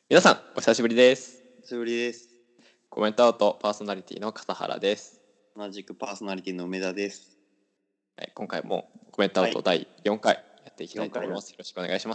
皆さんお久しぶりです。 久しぶりです。 コメントアウトパーソナリティの笠原です。 同じくパーソナリティの梅田です。 はい、今回もコメントアウト第4回やっていきたいと思います。よろしくお願いします。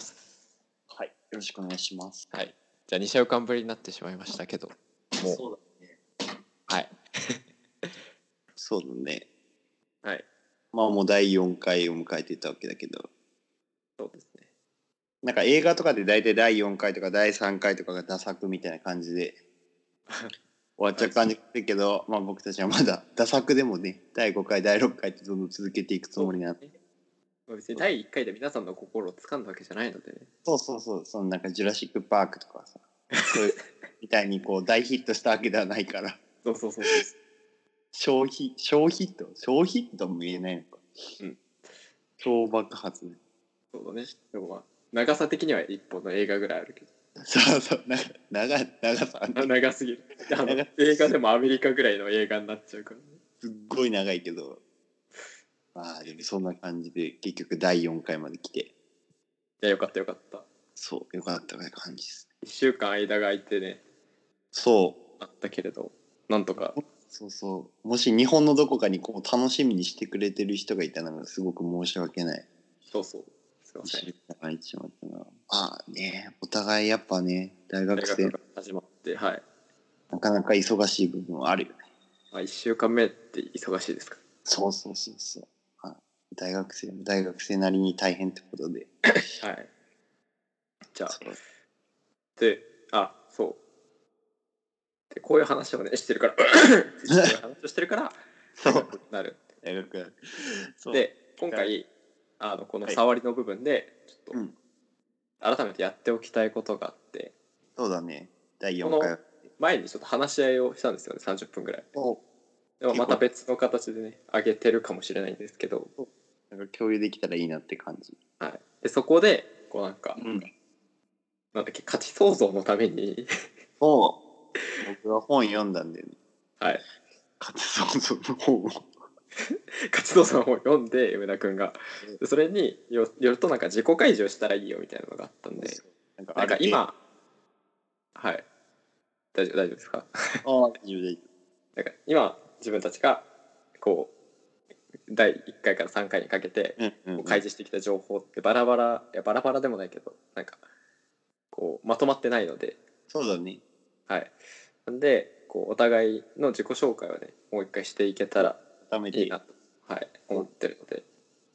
はい、よろしくお願いします。 はい、じゃあ2週間ぶりになってしまいましたけど、もうそうだね。 はい、 そうだね。 はい、 まあもう第4回を迎えていたわけだけど、 そうですね。 なんか映画とかで大体第4回とか第3回とかがダ作みたいな感じで終わっちゃう感じだけど、まあ僕たちはまだダ作でもね、第5回第6回ってどんどん続けていくつもりなので。 別に第1回で皆さんの心を掴んだわけじゃないのでね。 そう、そのなんかジュラシックパークとかさ、そういうみたいにこう大ヒットしたわけではないから。 そう小ヒットも言えないのか。 うん。 超爆発ね。 そうだね。でもまあ長さ的には1本の映画ぐらいあるけど。 そう長さ、ね、 長すぎる。映画でもアメリカぐらいの映画になっちゃうからね。 すっごい長いけど、まあでもそんな感じで結局第4回まで来て。いやよかった。 そうよかった感じです。 1週間間が空いてね。 そうあったけれど、なんとか。 そうもし日本のどこかにこう楽しみにしてくれてる人がいたのがすごく申し訳ない。 そうすいません。 1週間空いちまったな。まあね、お互いやっぱね、大学生が始まって、はい。 なかなか忙しい部分はあるよね。 まあ、1週間目って忙しいですか？ そう。大学生なりに大変ってことで。 はい。じゃあ、で、そう。で、こういう話をね、してるから、こういう話をしてるから、 そうなる。 大学で、今回、この触りの部分で、ちょっと、改めてやっておきたいことがあって、 そうだね。第4回。 この前にちょっと話し合いをしたんですよね、30分ぐらい。でもまた別の形でね、上げてるかもしれないんですけど、 なんか共有できたらいいなって感じ。 はい。で、そこで、こうなんか、なんだっけ、価値創造のために僕は本読んだんだよね。 はい。 価値創造の本を。 価値創造の本を読んで、梅田くんが。それによると、なんか自己開示をしたらいいよみたいなのがあったんで、なんか今、はい。大丈夫ですか？ 大丈夫。 なんか今、自分たちが、こう、第1回から3回にかけて、開示してきた情報ってバラバラでもないけど、なんか、こう、まとまってないので。 そうだね。 はい。なんで、こう、お互いの自己紹介をね、もう一回していけたらいいなと、はい、思ってるので。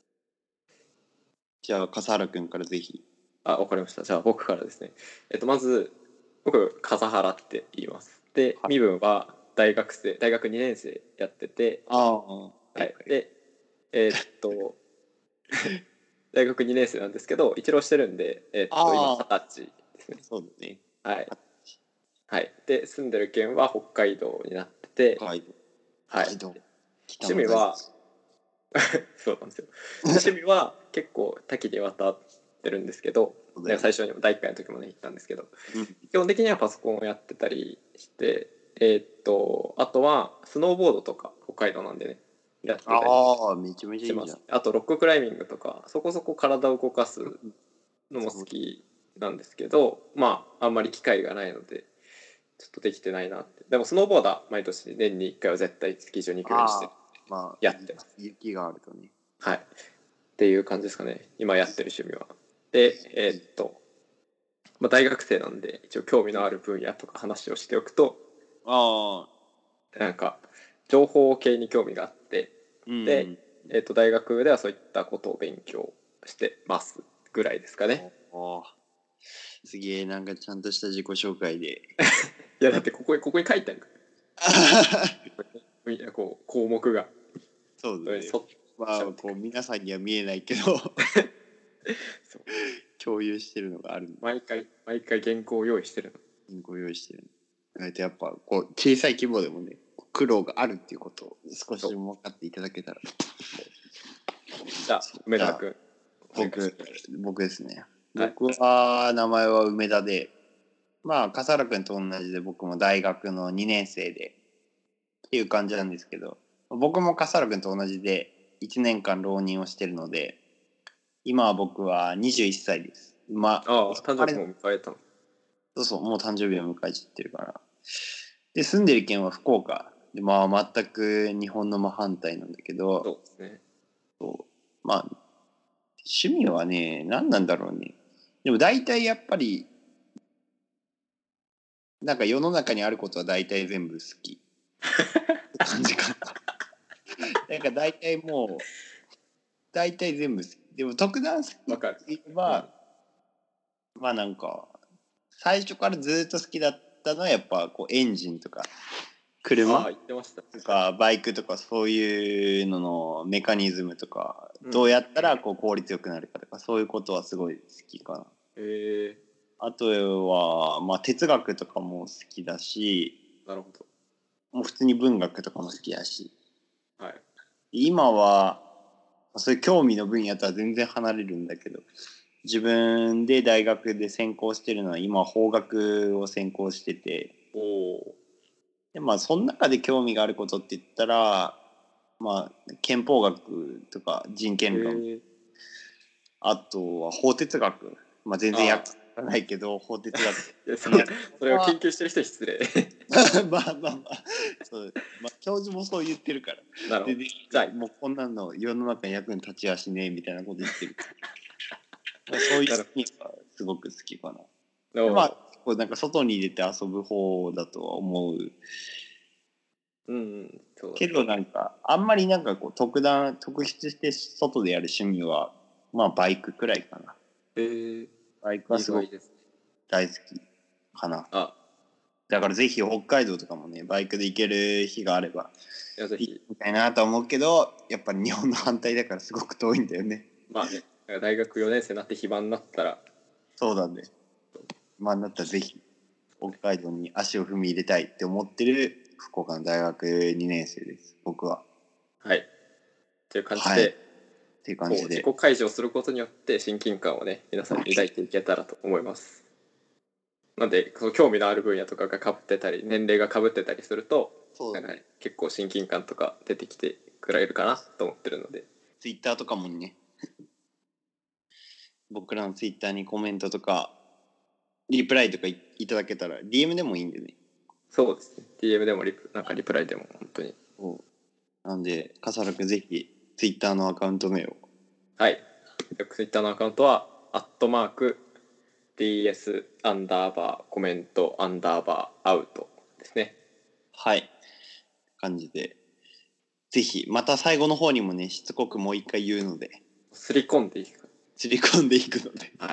じゃあ、笠原くんからぜひ。 わかりました。じゃあ、僕からですね。まず、僕、笠原って言います。で、身分は大学2年生やってて、はい。で、大学2年生なんですけど、一浪してるんで、今20歳ですね。 そうだね。 はい。で、住んでる県は北海道になってて、はい。趣味はそうなんですよ。趣味は結構多岐にわたってるんですけど、最初に第1回の時もね言ったんですけど、基本的にはパソコンをやってたりして、あとはスノーボードとか北海道なんでねやってたりめちゃめちゃいいじゃん。 あとロッククライミングとかそこそこ体を動かすのも好きなんですけど、まああんまり機会がないのでちょっとできてないなって。でもスノーボーダー毎年年に1回は絶対スキー場に行くようにしてやってます。 雪があるとね。 はい。っていう感じですかね。今やってる趣味は。で、まあ、大学生なんで一応興味のある分野とか話をしておくと、なんか情報系に興味があって、で、大学ではそういったことを勉強してますぐらいですかね。 すげえ、なんかちゃんとした自己紹介で。 いやだってここに書いてあるこう項目が。 そうだね。まあこう皆さんには見えないけどそう共有してるのがある。 毎回原稿を用意してるの。 原稿を用意してるの。やっぱこう小さい規模でもね苦労があるっていうことを少しでも分かっていただけたら。 じゃあ梅田君。 僕ですね。僕は名前は梅田で、まあ笠原君と同じで僕も大学の2年生でっていう感じなんですけど、僕も笠原君と同じで1年間浪人をしてるので、今は僕は21歳です。 誕生日も迎えたの？ そうそう、もう誕生日を迎えちゃってるから。で、住んでる県は福岡。で、まあ、全く日本の真反対なんだけど、 そうですね。 まあ、趣味はね、何なんだろうね。でも大体やっぱり、なんか世の中にあることは大体全部好き。感じかな。なんか大体もう、大体全部好き。でも特段好きって言えば、まあなんか、最初からずっと好きだったのはやっぱこうエンジンとか、車とかバイクとかそういうののメカニズムとか、どうやったらこう効率よくなるかとか、そういうことはすごい好きかな。あとは、まあ、哲学とかも好きだし、 なるほど。 もう普通に文学とかも好きだし、 はい、 今はそういう興味の分野とは全然離れるんだけど、自分で大学で専攻してるのは今法学を専攻してて、でまあその中で興味があることって言ったら、まあ憲法学とか人権論、あとは法哲学、まあ全然役立たないけど法哲学それを研究してる人失礼。 まあまあまあ、そう、まあ教授もそう言ってるから。でじゃあもうこんなの世の中に役に立ちやしねえみたいなこと言ってる。そういう意味がすごく好きかな。でまあこうなんか外に出て遊ぶ方だとは思う。そうけどなんかあんまりなんかこう特筆して外でやる趣味はまあバイクくらいかな。バイクはすごく大好きかな。だからぜひ北海道とかもねバイクで行ける日があれば行きたいなと思うけど、やっぱり日本の反対だからすごく遠いんだよね。 まあね、大学4年生になって暇になったら。 そうだね。暇になったらぜひ北海道に足を踏み入れたいって思ってる福岡の大学2年生です、僕は。 はい。という感じで、 っていう感じで自己開示をすることによって親近感をね、皆さんに抱いていけたらと思います。なんで、その興味のある分野とかが被ってたり、年齢が被ってたりすると、なんかね、結構親近感とか出てきてくれるかなと思ってるので。 ツイッターとかもね、僕らのツイッターにコメントとか、リプライとかいただけたら、DM でもいいんでね。 そうですね。DM でもなんかリプライでも本当に。 なんで、笠原くんぜひツイッターのアカウント名を。 はい。ツイッターのアカウントは、@ds アンダーバーコメントアンダーバーアウトですね。 はい。感じで。ぜひ、また最後の方にもね、しつこくもう一回言うので。 すり込んでいく。 すり込んでいくので。 はい。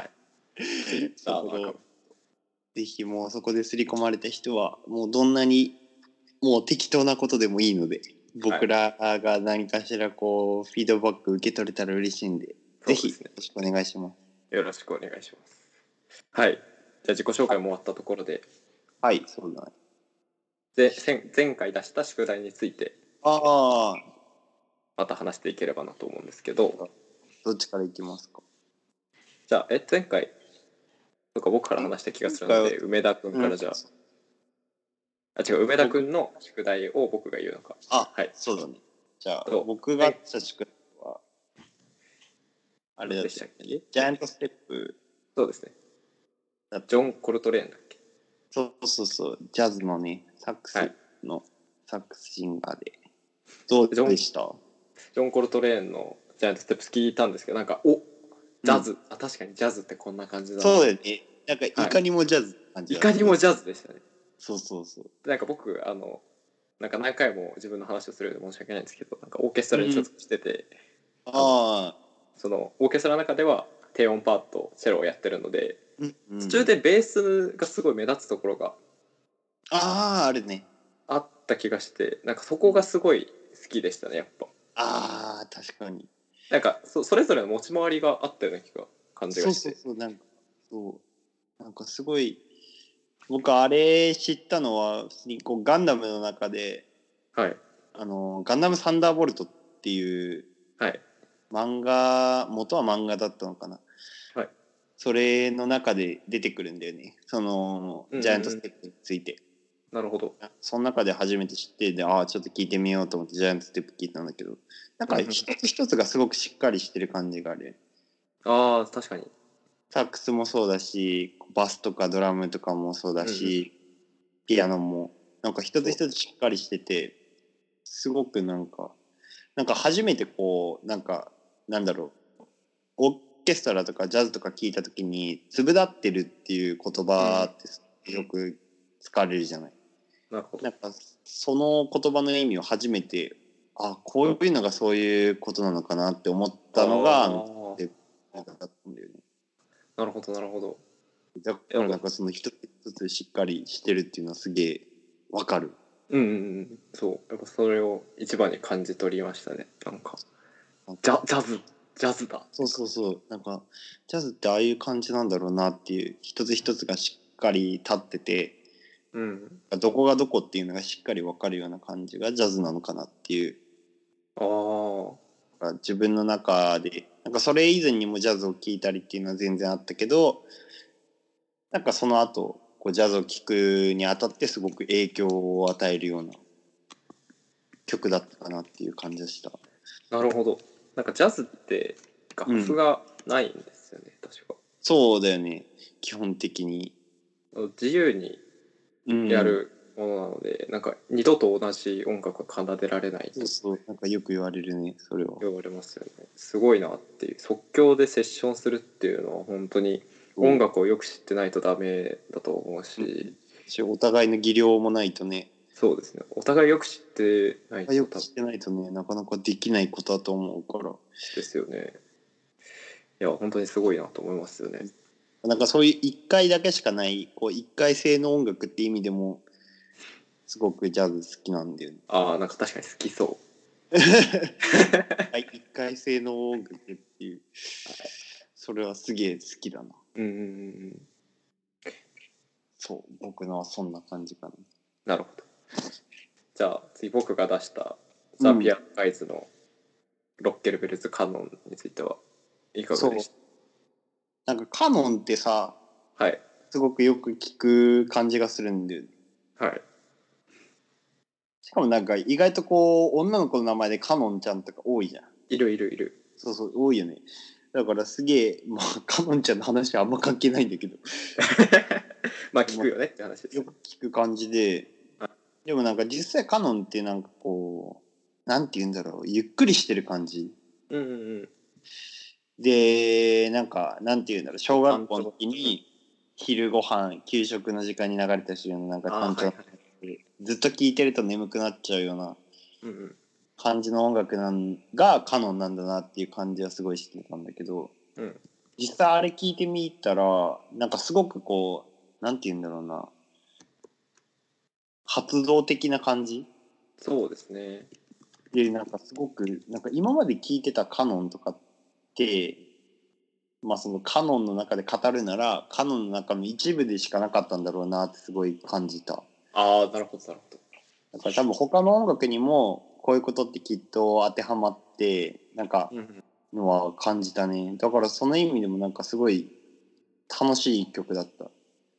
ぜひもうそこですり込まれた人は、もうどんなに、もう適当なことでもいいので、僕らが何かしらこう、フィードバック受け取れたら嬉しいんで、ぜひよろしくお願いします。 よろしくお願いします。はい。じゃあ自己紹介も終わったところで。 はい、そうだね。 で、前回出した宿題について、また話していければなと思うんですけど。 どっちからいきますか？ じゃあ、前回、僕から話した気がするので、梅田くんからじゃあ。違う、梅田くんの宿題を僕が言うのか。 はい。そうだね。じゃあ、僕がした宿題は、あれだったっけ？ジャイアントステップ。 そうですね。ジョン・コルトレーンだっけ？ そうそうそう。ジャズのね、サックスシンガーで。どうでした？ ジョン・コルトレーンのジャイアントステップ聞いたんですけど、なんか、ジャズ、確かにジャズってこんな感じだな。 そうだよね。なんか、いかにもジャズって感じだいかにもジャズでしたね。 そうそうそう。 なんか僕、なんか何回も自分の話をするようで申し訳ないんですけど、なんかオーケストラに所属してて、そのオーケストラの中では低音パート、チェロをやってるので、途中でベースがすごい目立つところがあるね。 あった気がして、なんかそこがすごい好きでしたね、やっぱ。 確かに。なんかそれぞれの持ち回りがあったような感じがして。 なんかすごい、僕あれ知ったのは普通にこうガンダムの中で、ガンダムサンダーボルトっていう、漫画、元は漫画だったのかな。それの中で出てくるんだよね。そのジャイアントステップについて。 なるほど。 その中で初めて知って、で、ちょっと聞いてみようと思ってジャイアントステップ聞いたんだけど、なんか一つ一つがすごくしっかりしてる感じがある。 確かに。 サックスもそうだし、バスとかドラムとかもそうだし、ピアノもなんか一つ一つしっかりしてて、すごくなんか初めてこうなんだろう、オーケストラとかジャズとか聞いた時に粒立ってるっていう言葉ってよく使われるじゃない。 なるほど。 なんかその言葉の意味を初めて、あ、こういうのがそういうことなのかなって思ったのがだったんだよね。 なるほどなるほど。 だからなんかその一つ一つしっかりしてるっていうのはすげえわかる。 そうやっぱそれを一番に感じ取りましたね。なんかジャズだ。 そうなんかジャズってああいう感じなんだろうなっていう、一つ一つがしっかり立ってて、どこがどこっていうのがしっかりわかるような感じがジャズなのかなっていう。自分の中でなんかそれ以前にもジャズを聴いたりっていうのは全然あったけど、なんかその後こうジャズを聴くにあたってすごく影響を与えるような曲だったかなっていう感じでした。 なるほど。なんかジャズって楽譜がないんですよね、確か。 そうだよね、基本的に自由にやるものなので、なんか二度と同じ音楽が奏でられないと。 そうなんかよく言われるね、それは。 言われますよね。すごいなっていう、即興でセッションするっていうのは本当に音楽をよく知ってないとダメだと思うし、 お互いの技量もないとね。 そうですね、お互いよく知ってないとよく知ってないとね、なかなかできないことだと思うからですよね。いや本当にすごいなと思いますよね。 なんかそういう一回だけしかないこう一回性の音楽って意味でもすごくジャズ好きなんだよね。 なんか確かに好きそう。 一回性の音楽っていう、それはすげえ好きだな。そう僕のはそんな感じかな。 なるほど。じゃあ次僕が出したザ・ピアノガイズのロッケルベルズ・カノンについてはいかがでした？ なんかカノンってさ、 はい、 すごくよく聞く感じがするんだよね。 はい。 しかもなんか意外とこう女の子の名前でカノンちゃんとか多いじゃん。 いる。 そう多いよね。だからすげえ、まあカノンちゃんの話はあんま関係ないんだけどまあ聞くよねって話です。 よく聞く感じで、でもなんか実際カノンってなんかこうなんて言うんだろう、ゆっくりしてる感じ。でなんかなんて言うんだろう、小学校の時に昼ご飯給食の時間に流れたりするようななんか単調、ずっと聴いてると眠くなっちゃうような感じの音楽がカノンなんだなっていう感じはすごいしてたんだけど、実際あれ聞いてみたらなんかすごくこうなんて言うんだろうな、発動的な感じ。 そうですね。 でなんかすごくなんか今まで聞いてたカノンとかって、まあそのカノンの中で語るならカノンの中の一部でしかなかったんだろうなってすごい感じた。 なるほど。 だから多分他の音楽にもこういうことってきっと当てはまってなんかのは感じたね。だからその意味でもなんかすごい楽しい曲だった。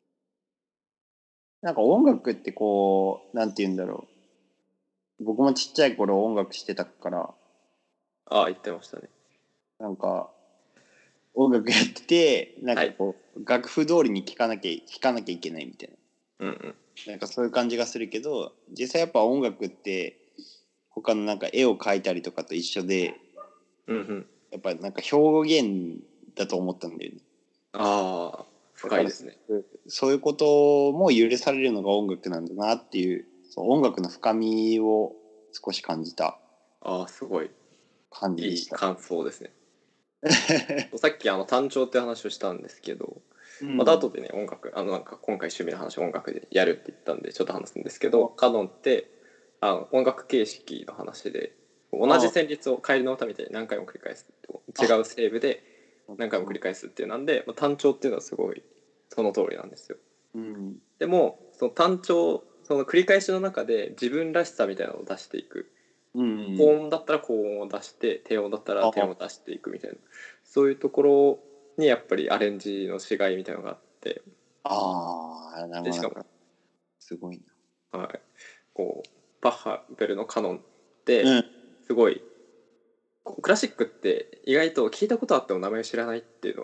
なんか音楽ってこうなんて言うんだろう、僕もちっちゃい頃音楽してたから、 言ってましたね。 なんか音楽やっててなんかこう、楽譜通りに聴かなきゃいけないみたいな、なんかそういう感じがするけど、実際やっぱ音楽って他のなんか絵を描いたりとかと一緒で、やっぱなんか表現だと思ったんだよね。 深いですね。 そういうことも許されるのが音楽なんだなっていう、そう音楽の深みを少し感じたすごい感じでした。 いい感想ですね。さっき単調って話をしたんですけど、また後でね音楽なんか今回趣味の話音楽でやるって言ったんでちょっと話すんですけど、カノンって音楽形式の話で、同じ旋律を帰りの歌みたいに何回も繰り返す、違うセーブで何回も繰り返すっていうなんで、単調っていうのはすごいその通りなんですよ。でもその単調、その繰り返しの中で自分らしさみたいなのを出していく、高音だったら高音を出して低音だったら低音を出していくみたいな、そういうところにやっぱりアレンジの違いみたいなのがあって、 でしかもすごいな、こうバッハベルのカノンってすごい、クラシックって意外と聞いたことあっても名前を知らないっていうのは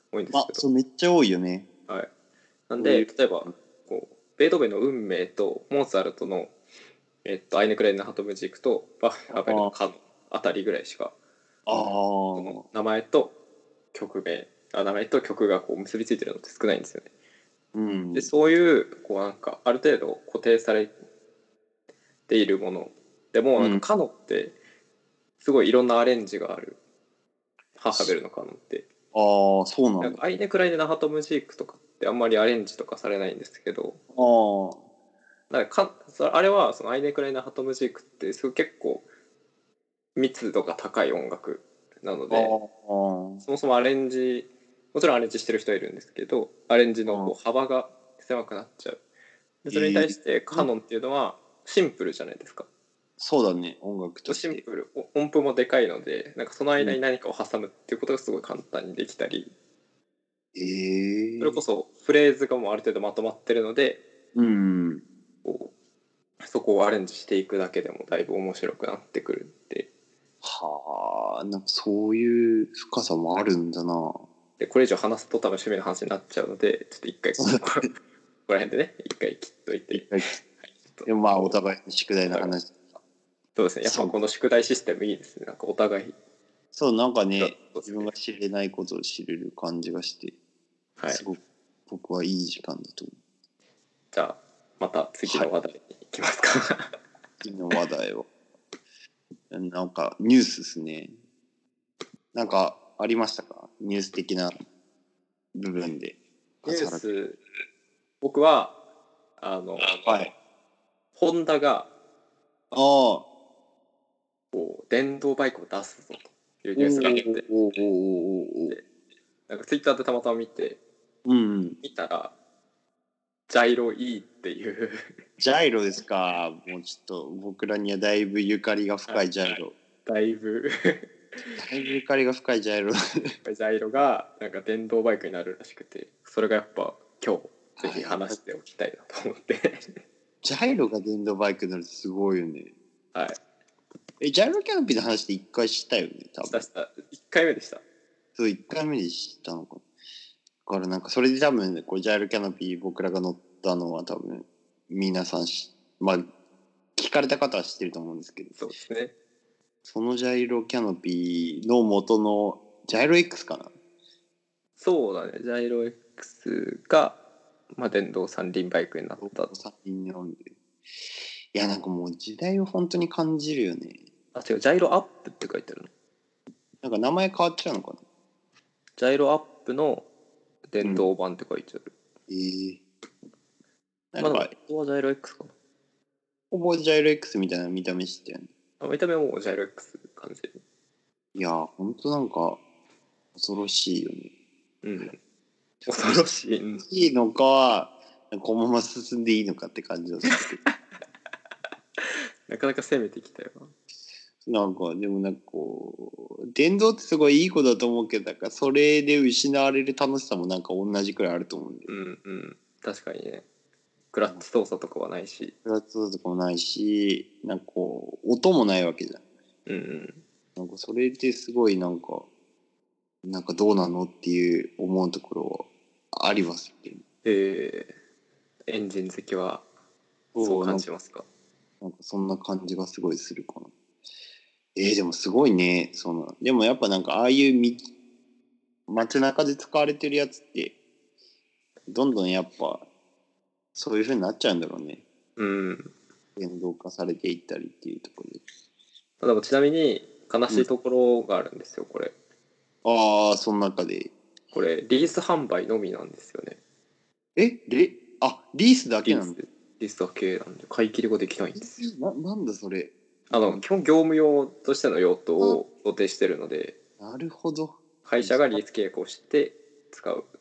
多いんですけど。 そうめっちゃ多いよね。 はい。なんで、例えばこうベートーベンの運命とモーツァルトのアイネ・クライネ・ハトムジークとバッハベルのカノンあたりぐらいしかその名前と曲がこう結びついてるのって少ないんですよね。 うん、 でそういうこうなんかある程度固定されているものでもなんかカノってすごいいろんなアレンジがある、ハッハベルのカノって。 そうなんだ。 アイネ・クライネ・ナハトムジークとかってあんまりアレンジとかされないんですけど、なんかあれはそのアイネ・クライネ・ナハトムジークってすごい結構密度が高い音楽なので、そもそもアレンジ、もちろんアレンジしてる人はいるんですけど、アレンジのこう幅が狭くなっちゃう。でそれに対してカノンっていうのはシンプルじゃないですか。 そうだね、音楽としてシンプル、音符もでかいので、なんかその間に何かを挟むっていうことがすごい簡単にできたり、それこそフレーズがもうある程度まとまってるので、こうそこをアレンジしていくだけでもだいぶ面白くなってくるんで。 なんかそういう深さもあるんだな。 でこれ以上話すと多分趣味の話になっちゃうので、ちょっと一回ここら辺でね一回切っといて、 でもお互い宿題の話。 そうですね、やっぱこの宿題システムいいですね。なんかお互いなんかね、自分が知れないことを知れる感じがして、すごく僕はいい時間だと思う。 じゃあまた次の話題に行きますか。 次の話題をなんかニュースですね。なんかありましたか、ニュース的な部分で。 ニュース、僕はホンダがこう電動バイクを出すぞというニュースがあって、なんかツイッターでたまたま見て、見たらジャイロ E っていうジャイロですか。もうちょっと僕らにはだいぶゆかりが深いジャイロ。 だいぶゆかりが深いジャイロ。 ジャイロがなんか電動バイクになるらしくて、それがやっぱ今日ぜひ話しておきたいなと思ってジャイロが電動バイクになるってすごいよね。 はい。 ジャイロキャノピーの話で1回したよね、多分。 1回目でした。 そう、1回目で知ったのか。だからなんかそれで多分こうジャイロキャノピー僕らが乗ったのは多分皆さんまあ聞かれた方は知ってると思うんですけど。 そうですね。 そのジャイロキャノピーの元のジャイロ X かな。 そうだね、ジャイロ X が、まあ、電動三輪バイクになった。 三輪なんで。いやなんかもう時代を本当に感じるよね。 違う、ジャイロアップって書いてあるの。 なんか名前変わっちゃうのかな。 ジャイロアップの電動版って書いてある。なんか元はジャイロ X かな。 ほぼジャイロ X みたいな見た目してるね。 見た目はもうジャイロ X 感じ。 いや本当なんか恐ろしいよね。 恐ろしい。 いいのかこのまま進んでいいのかって感じだったけどなかなか攻めてきたよな。なんかでもなんかこう電動ってすごいいい子だと思うけど、なんかそれで失われる楽しさもなんか同じくらいあると思うんで。 確かにね。クラッチ操作とかはないし。 クラッチ操作とかもないし、なんかこう音もないわけじゃん。なんかそれですごいなんかどうなのっていう思うところはありますって。 エンジン好きはそう感じますか。 なんかそんな感じがすごいするかな。でもすごいね。でもやっぱなんかああいう街中で使われてるやつってどんどんやっぱそういう風になっちゃうんだろうね。電動化されていったりっていうところで。 でもちなみに悲しいところがあるんですよ、これ。 その中で。 これリース販売のみなんですよね。 リースだけなんで。 リースだけなんで買い切りができないんですよ。 なんだそれ。 基本業務用としての用途を想定してるので。 なるほど。 会社がリース契約をして使う。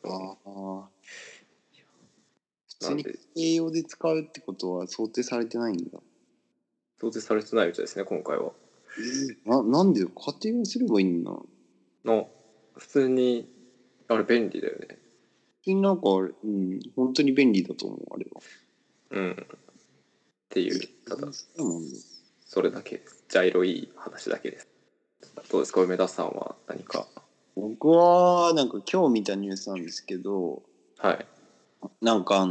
普通に家庭用で使うってことは想定されてないんだ。 想定されてないみたいですね、今回は。 なんで家庭用すればいいんだ普通にあれ便利だよね。 なんか本当に便利だと思う、あれは。 っていう、ただそれだけです。ジャイロいい話だけです。どうですか、梅田さんは何か僕はなんか今日見たニュースなんですけど、 はい。 なんか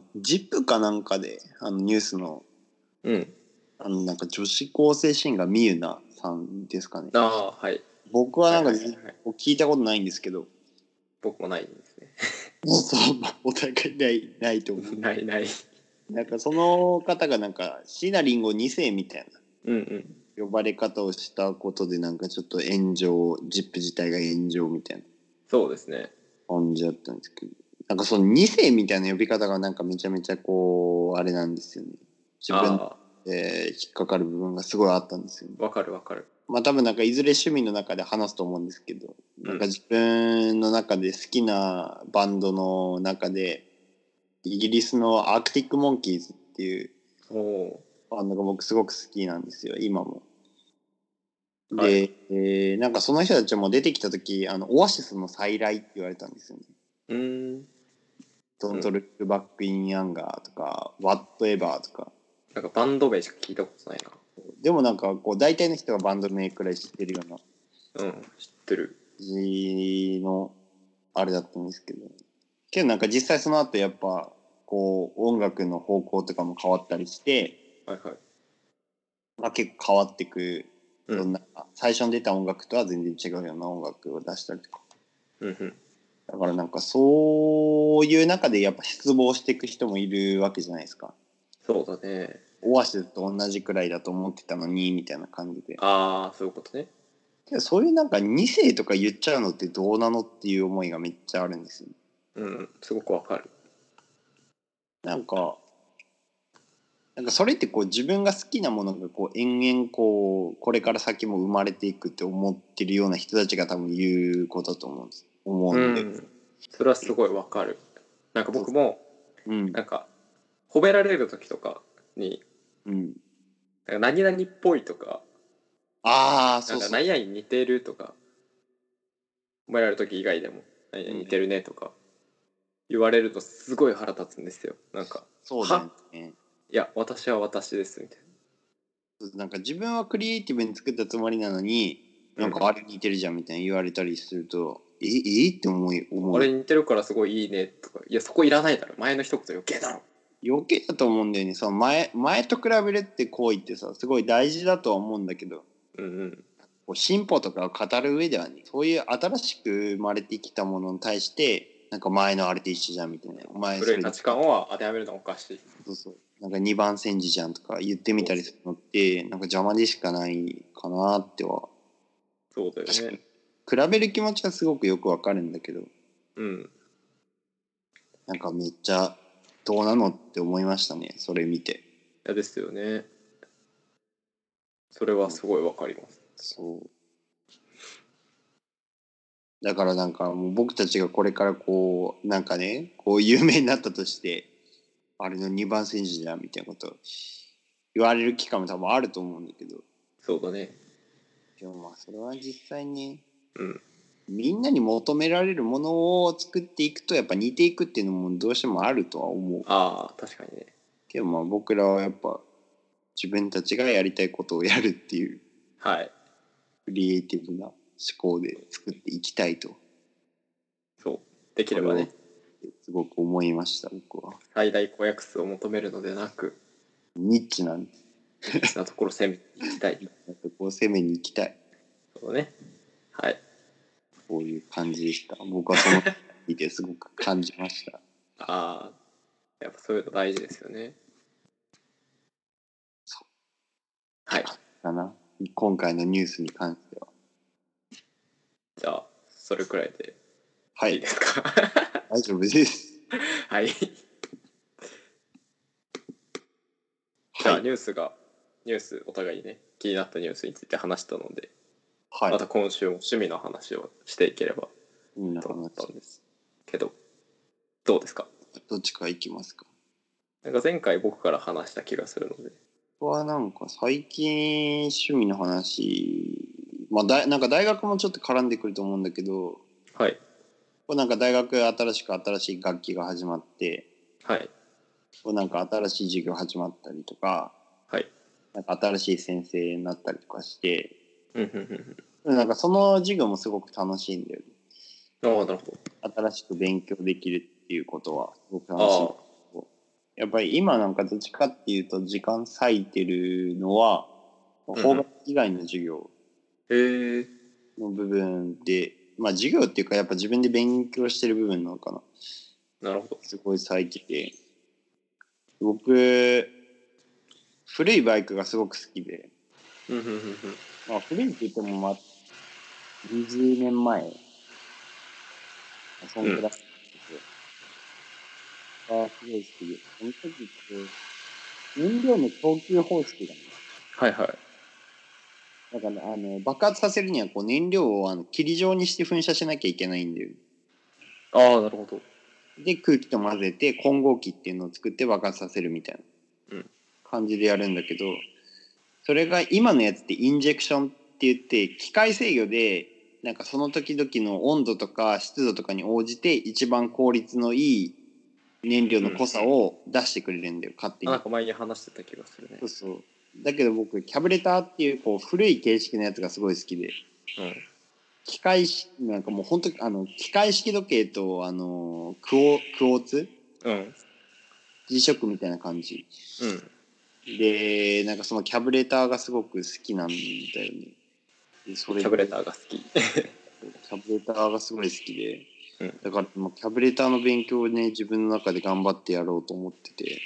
ZIP かなんかでニュースのうん。 なんか女子高生シンガーみゆなさんですかね。 ああ、はい。 僕はなんかはいはいはいはい、 聞いたことないんですけど、 僕もないんですね。 そうお互いないと思う。 ないない。 なんかその方がなんか椎名林檎2世みたいうんうん。 な呼ばれ方をしたことでなんかちょっと炎上、ZIP 自体が炎上みたいなそうですね。 感じだったんですけど、なんかその2世みたいな呼び方がなんかめちゃめちゃこうあれなんですよね。自分あで引っかかる部分がすごいあったんですよね。 あ、わかるわかる。 まあ多分なんかいずれ趣味の中で話すと思うんですけど、なんか自分の中で好きなバンドの中でイギリスのアークティック・モンキーズっていうバンドが僕すごく好きなんですよ、今も。 はい、 で、なんかその人たちも出てきた時オアシスの再来って言われたんですよね。Don't Look Back in Anger とか Whatever とか。 なんかバンド名しか聞いたことないな。 でもなんかこう大体の人がバンド名くらい知ってるようなうん、知ってる。 字のあれだったんですけど、けどなんか実際その後やっぱこう音楽の方向とかも変わったりして、 はいはい。 まあ、結構変わってく、 うん、 そんな最初に出た音楽とは全然違うような音楽を出したりとか。 うんうん。 だからなんかそういう中でやっぱ失望していく人もいるわけじゃないですか。 そうだね。 オアシスと同じくらいだと思ってたのにみたいな感じで。 ああ、そういうことね。 けどそういうなんか2世とか言っちゃうのってどうなのっていう思いがめっちゃあるんですよ。 うん、すごくわかる。 なんかそれってこう自分が好きなものがこう延々こうこれから先も生まれていくって思ってるような人たちが多分言うことだと思うんで、 それはすごいわかる。なんか僕も、なんか褒められる時とかに、なんか何々っぽいとか、なんか何々似てるとか、褒められる時以外でも何々似てるねとか言われるとすごい腹立つんですよ。なんか、 そうだよね。 いや私は私ですみたいな。なんか自分はクリエイティブに作ったつもりなのに、なんかあれ似てるじゃんみたいな言われたりすると、って思う。 あれ似てるからすごいいいねとか、いやそこいらないだろ、前の一言余計だろ。 余計だと思うんだよね。その前と比べるって行為ってさ、すごい大事だとは思うんだけど、こう進歩とかを語る上ではね、そういう新しく生まれてきたものに対してなんか前のあれと一緒じゃんみたいな、 古い価値観を当てはめるのはおかしい。 そうなんか2番煎じじゃんとか言ってみたりするのってなんか邪魔でしかないかなっては。 そうだよね。 比べる気持ちはすごくよくわかるんだけど、なんかめっちゃどうなのって思いましたね、それ見て。 いやですよね。それはすごいわかります。 そうだからなんかもう僕たちがこれからこうなんかねこう有名になったとしてあれの2番選手じゃんみたいなこと言われる機会も多分あると思うんだけど、 そうだね。 でもまあそれは実際に、みんなに求められるものを作っていくとやっぱ似ていくっていうのもどうしてもあるとは思う。 ああ確かにね。 けどまあ僕らはやっぱ自分たちがやりたいことをやるっていう、 はい、 クリエイティブな思考で作っていきたいと。 そうできればね。 すごく思いました僕は。 最大公約数を求めるのでなく、 ニッチなんニッチなところ攻めに行きたい。 こう攻めに行きたい。 そうね。はい。 こういう感じでした。僕はその見てすごく感じました。 ああ、やっぱそういうの大事ですよね。 そう。 はい。 かな。今回のニュースに関しては。 じゃあそれくらいでいいですか。 大丈夫です。 はい。じゃあニュースお互いね気になったニュースについて話したので、また今週も趣味の話をしていければと思ったんですけど、どうですか。 どっちからいきますか。 なんか前回僕から話した気がするので。 はなんか最近趣味の話、まあなんか大学もちょっと絡んでくると思うんだけど、 はい。 なんか大学新しい楽器が始まって、 はい。 なんか新しい授業始まったりとか、 はい。 なんか新しい先生になったりとかして、 なんかその授業もすごく楽しいんだよね。 ああ、なるほど。新しく勉強できるっていうことはすごく楽しい。やっぱり今なんかどっちかっていうと時間割いてるのは、法学以外の授業の部分で、まあ授業っていうかやっぱ自分で勉強してる部分なのかな。 なるほど。 すごい割いてて、僕、古いバイクがすごく好きで、まあ古いって言ってもまあ20年前、そんくらい、すごい好きで、その時って燃料の供給方式がね、 はいはい。 だから爆発させるにはこう燃料を霧状にして噴射しなきゃいけないんだよ。 ああ、なるほど。 で空気と混ぜて混合気っていうのを作って爆発させるみたいな感じでやるんだけど、それが今のやつってインジェクションって言って機械制御でなんかその時々の温度とか湿度とかに応じて一番効率のいい燃料の濃さを出してくれるんだよ、勝手に。 なんか前に話してた気がするね。 そうそう。だけど僕キャブレターっていうこう古い形式のやつがすごい好きで、機械式なんかもう本当機械式時計とクォーツ、磁石みたいな感じ、でなんかそのキャブレターがすごく好きなんだよね。でそれキャブレターが好きキャブレターがすごい好きで、だからもうキャブレターの勉強をね自分の中で頑張ってやろうと思ってて、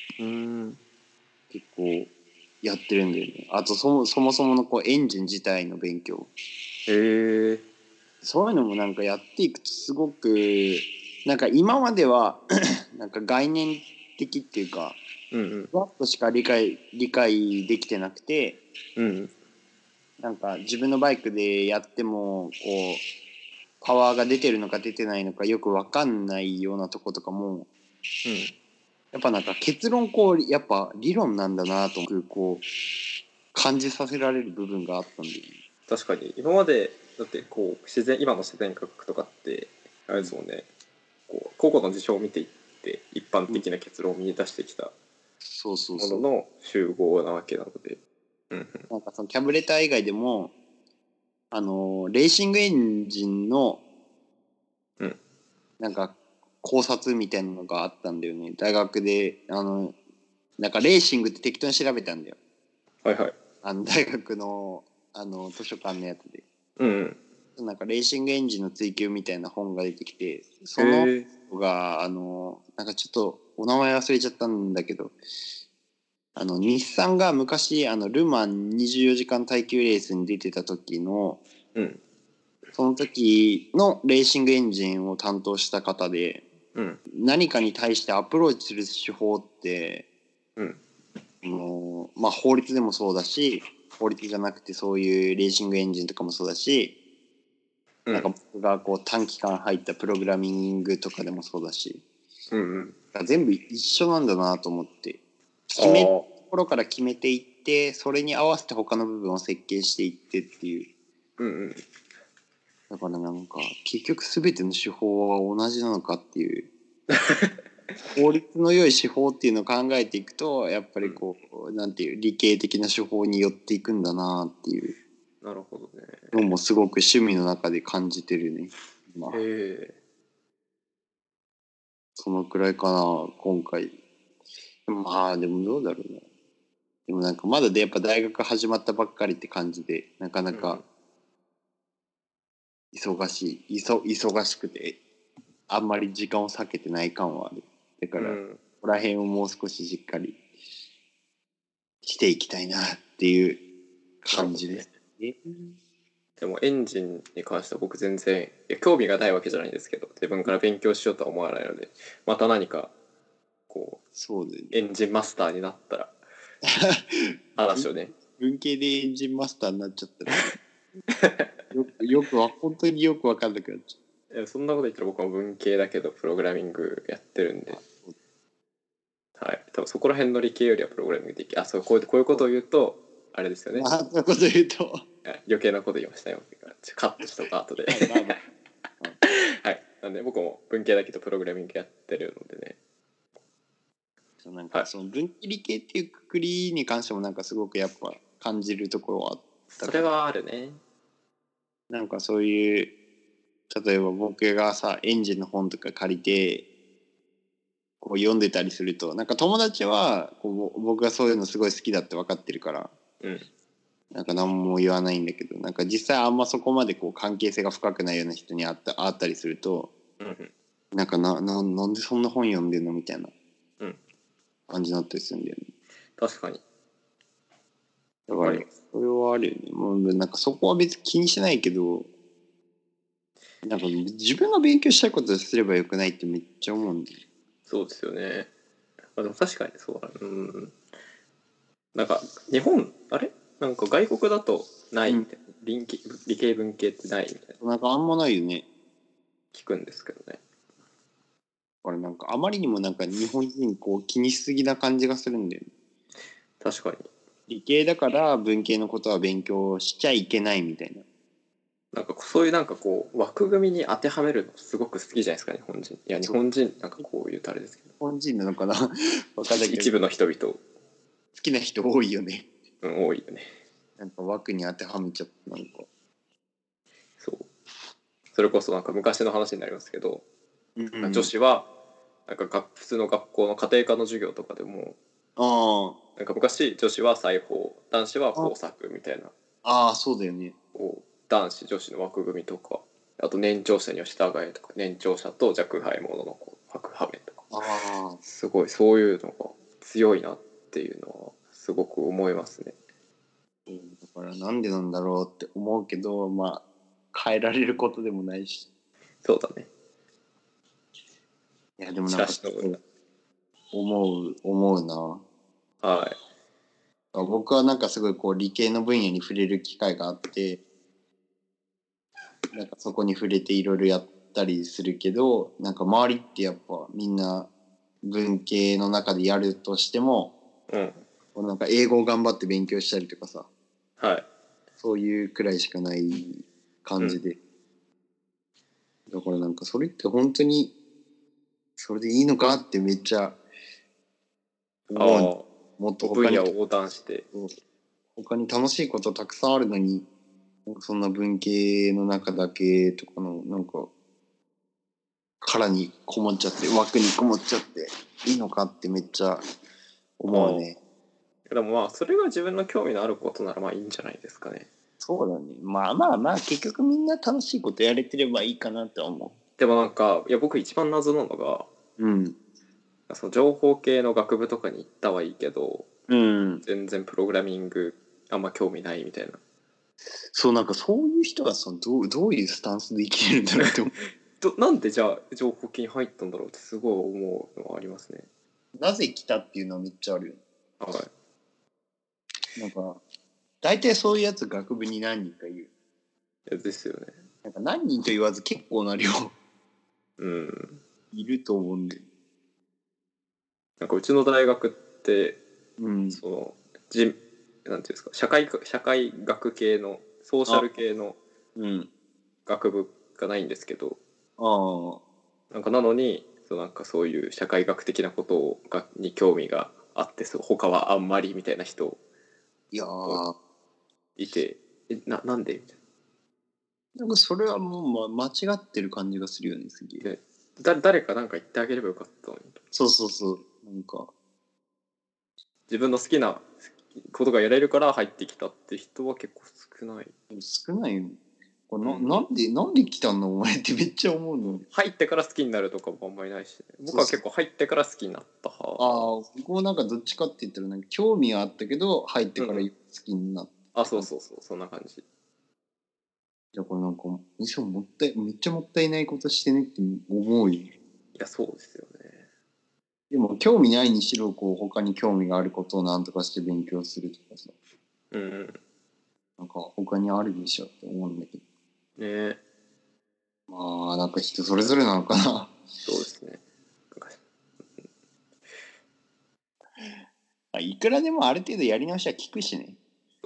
結構やってるんだよね。あとそもそものこうエンジン自体の勉強、そういうのもなんかやっていくとすごくなんか今まではなんか概念的っていうかふわっとしか理解できてなくて、なんか自分のバイクでやってもこうパワーが出てるのか出てないのかよく分かんないようなとことかも、やっぱなんか結論こうやっぱ理論なんだなとこう感じさせられる部分があったんで、 確かに今までだってこう今の自然科学とかってあれですもんね、こう個々の事象を見ていって一般的な結論を見出してきたものの集合なわけなので、 なんかそのキャブレター以外でもレーシングエンジンのなんか考察みたいなのがあったんだよね。大学でなんかレーシングって適当に調べたんだよ。大学の図書館のやつで。なんかレーシングエンジンの追求みたいな本が出てきて、その子がなんかちょっとお名前忘れちゃったんだけど、日産が昔ルマン24時間耐久レースに出てた時の、その時のレーシングエンジンを担当した方で、何かに対してアプローチする手法って、まあ法律でもそうだし、法律じゃなくてそういうレーシングエンジンとかもそうだし、なんか僕がこう短期間入ったプログラミングとかでもそうだし、全部一緒なんだなと思って、決めるところから決めていってそれに合わせて他の部分を設計していってっていう、だからなんか結局全ての手法は同じなのかっていう効率の良い手法っていうのを考えていくとやっぱりこう、なんていう理系的な手法に寄っていくんだなっていうのもすごく趣味の中で感じてるね。そのくらいかな今回。まあでもどうだろうね。でもなんかまだでやっぱ大学始まったばっかりって感じでなかなか忙しくてあんまり時間を割けてない感はある。だから、ここら辺をもう少ししっかりしていきたいなっていう感じです。 でもエンジンに関しては僕全然興味がないわけじゃないんですけど、自分から勉強しようとは思わないので、また何かこうそうで、ね、 エンジンマスターになったら話をね文系でエンジンマスターになっちゃったら本当によく分かんなくなっちゃう。 そんなこと言ったら僕も文系だけどプログラミングやってるんで、はい、多分そこら辺の理系よりはプログラミングできそうこういうことを言うとあれですよね。 まあそういうこと言うと余計なこと言いましたよ。カットしとか後ではい、なんで僕も文系だけどプログラミングやってるのでね。 なんかその文系理系っていうくくりに関してもなんかすごくやっぱ感じるところはあった。 それはあるね。 なんかそういう例えば僕がさエンジンの本とか借りてこう読んでたりするとなんか友達はこう僕がそういうのすごい好きだって分かってるから、 うん、 なんか何も言わないんだけど、なんか実際あんまそこまでこう関係性が深くないような人に会ったりすると、 うん、 なんかなんでそんな本読んでんのみたいな感じになったりするんだよね。 確かに。 だからそれはあるよね。もうなんかそこは別に気にしないけど、なんか自分が勉強したいことすればよくないってめっちゃ思うんだよ。 そうですよね。でも確かにそうだね。なんか日本あれなんか外国だとないみたいな、理系文系ってないみたいな。 なんかあんまないよね。 聞くんですけどね。 これなんかあまりにもなんか日本人こう気にしすぎな感じがするんだよね。 確かに。 理系だから文系のことは勉強しちゃいけないみたいな。 なんかそういうなんかこう枠組みに当てはめるのすごく好きじゃないですか日本人。いや日本人なんかこういうとあれですけど。 日本人なのかなわかんないけど。 一部の人々好きな人多いよね。 多いよね。 なんか枠に当てはめちゃってなんか。 そう。それこそなんか昔の話になりますけど、 うん、 女子はなんか普通の学校の家庭科の授業とかでも、なんか昔女子は裁縫、男子は工作みたいな。 そうだよね。 男子女子の枠組みとか、あと年長者には従えとか、年長者と若輩者の枠はめとか、すごいそういうのが強いなっていうのはすごく思いますね。 だからなんでなんだろうって思うけど、まあ変えられることでもないし。 そうだね。 いやでもなんか思うな。 はい。 僕はなんかすごいこう理系の分野に触れる機会があって、なんかそこに触れていろいろやったりするけど、なんか周りってやっぱみんな文系の中でやるとしても、なんか英語を頑張って勉強したりとかさ、 はい、 そういうくらいしかない感じで、だからなんかそれって本当にそれでいいのかってめっちゃ思う。もっと分野を横断して他に楽しいことたくさんあるのに、なんかそんな文系の中だけとかのなんか殻にこもっちゃって枠にこもっちゃっていいのかってめっちゃ思うね。 でもまあそれが自分の興味のあることならまあいいんじゃないですかね。 そうだね。まあ結局みんな楽しいことやれてればいいかなって思う。 でもなんかいや僕一番謎なのが、その情報系の学部とかに行ったはいいけど、全然プログラミングあんま興味ないみたいな。 そうなんかそういう人がどういうスタンスで生きてるんだろうって思う。なんでじゃあ情報系に入ったんだろうってすごい思うのはありますね。 なぜ来たっていうのはめっちゃあるよね。 はい。 なんか大体そういうやつ学部に何人かいる。いやですよね。 なんか何人と言わず結構な量いると思うんで。 なんかうちの大学って、そのなんていうんですか、社会学系のソーシャル系の学部がないんですけど、なんかなのになんかそういう社会学的なことに興味があって他はあんまりみたいな人いて、なんでみたいな。なんかそれはもう、間違ってる感じがするよね、すげえ。 誰かなんか言ってあげればよかったのに。 そうなんか自分の好きなことがやれるから入ってきたって人は結構少ない。 少ないよね。なんで来たのお前ってめっちゃ思うの。 入ってから好きになるとかもあんまりないし、僕は結構入ってから好きになった派。 僕もなんかどっちかって言ったらなんか興味はあったけど入ってから好きになった、 そうそんな感じ。 だからなんかめっちゃもったいないことしてねって思うよ。いやそうですよね。 でも興味ないにしろこう他に興味があることをなんとかして勉強するとかさ、なんか他にあるでしょって思うんだけどね。まあなんか人それぞれなのかな。 そうですね。 いくらでもある程度やり直しは効くしね。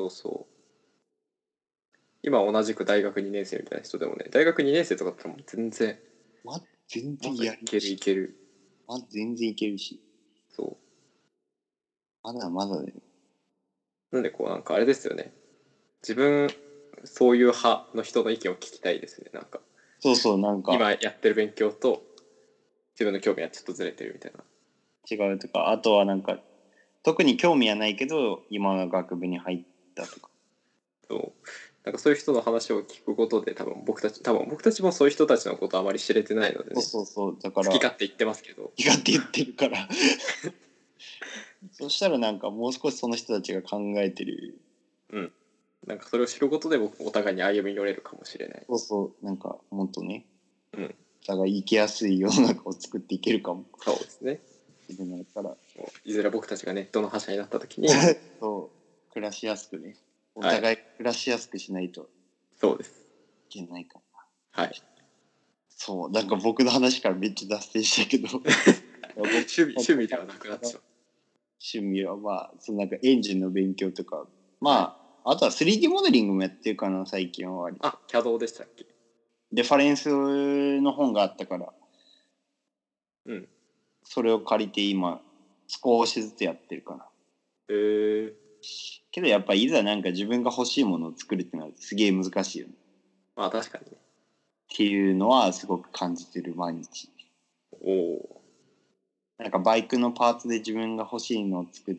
今同じく大学2年生みたいな人でもね、大学2年生とかだったらもう全然いける。 全然いけるし。まだまだね。 なんでこうなんかあれですよね。自分そういう派の人の意見を聞きたいですね。なんかそうそうなんか今やってる勉強と自分の興味はちょっとずれてるみたいな。 違うとか、あとはなんか特に興味はないけど今の学部に入ったとか。 そうなんかそういう人の話を聞くことで多分僕たちもそういう人たちのことあまり知れてないのでね。 そうだから好き勝手言ってますけど。 好き勝手言ってるからそしたらなんかもう少しその人たちが考えてる。 なんかそれを知ることで僕お互いに歩み寄れるかもしれない。 そうなんかもっとね、 お互い生きやすい世の中を作っていけるかもそうですね。 しれないからいずれ僕たちがネットの覇者になった時にそう暮らしやすくね、お互い暮らしやすくしないと、 そうですいけないかな。はい。 そうなんか僕の話からめっちゃ脱線したけど趣味ではなくなってしまう。 趣味はまあそのなんかエンジンの勉強とか、まあ、あとは 3D モデリングもやってるかな最近は割と。 CAD でしたっけ。 でファレンスの本があったから、それを借りて今少しずつやってるかな。けどやっぱいざなんか自分が欲しいものを作るってなるとすげえ難しいよね。 まあ確かにね。 っていうのはすごく感じてる毎日。なんかバイクのパーツで自分が欲しいのを作って、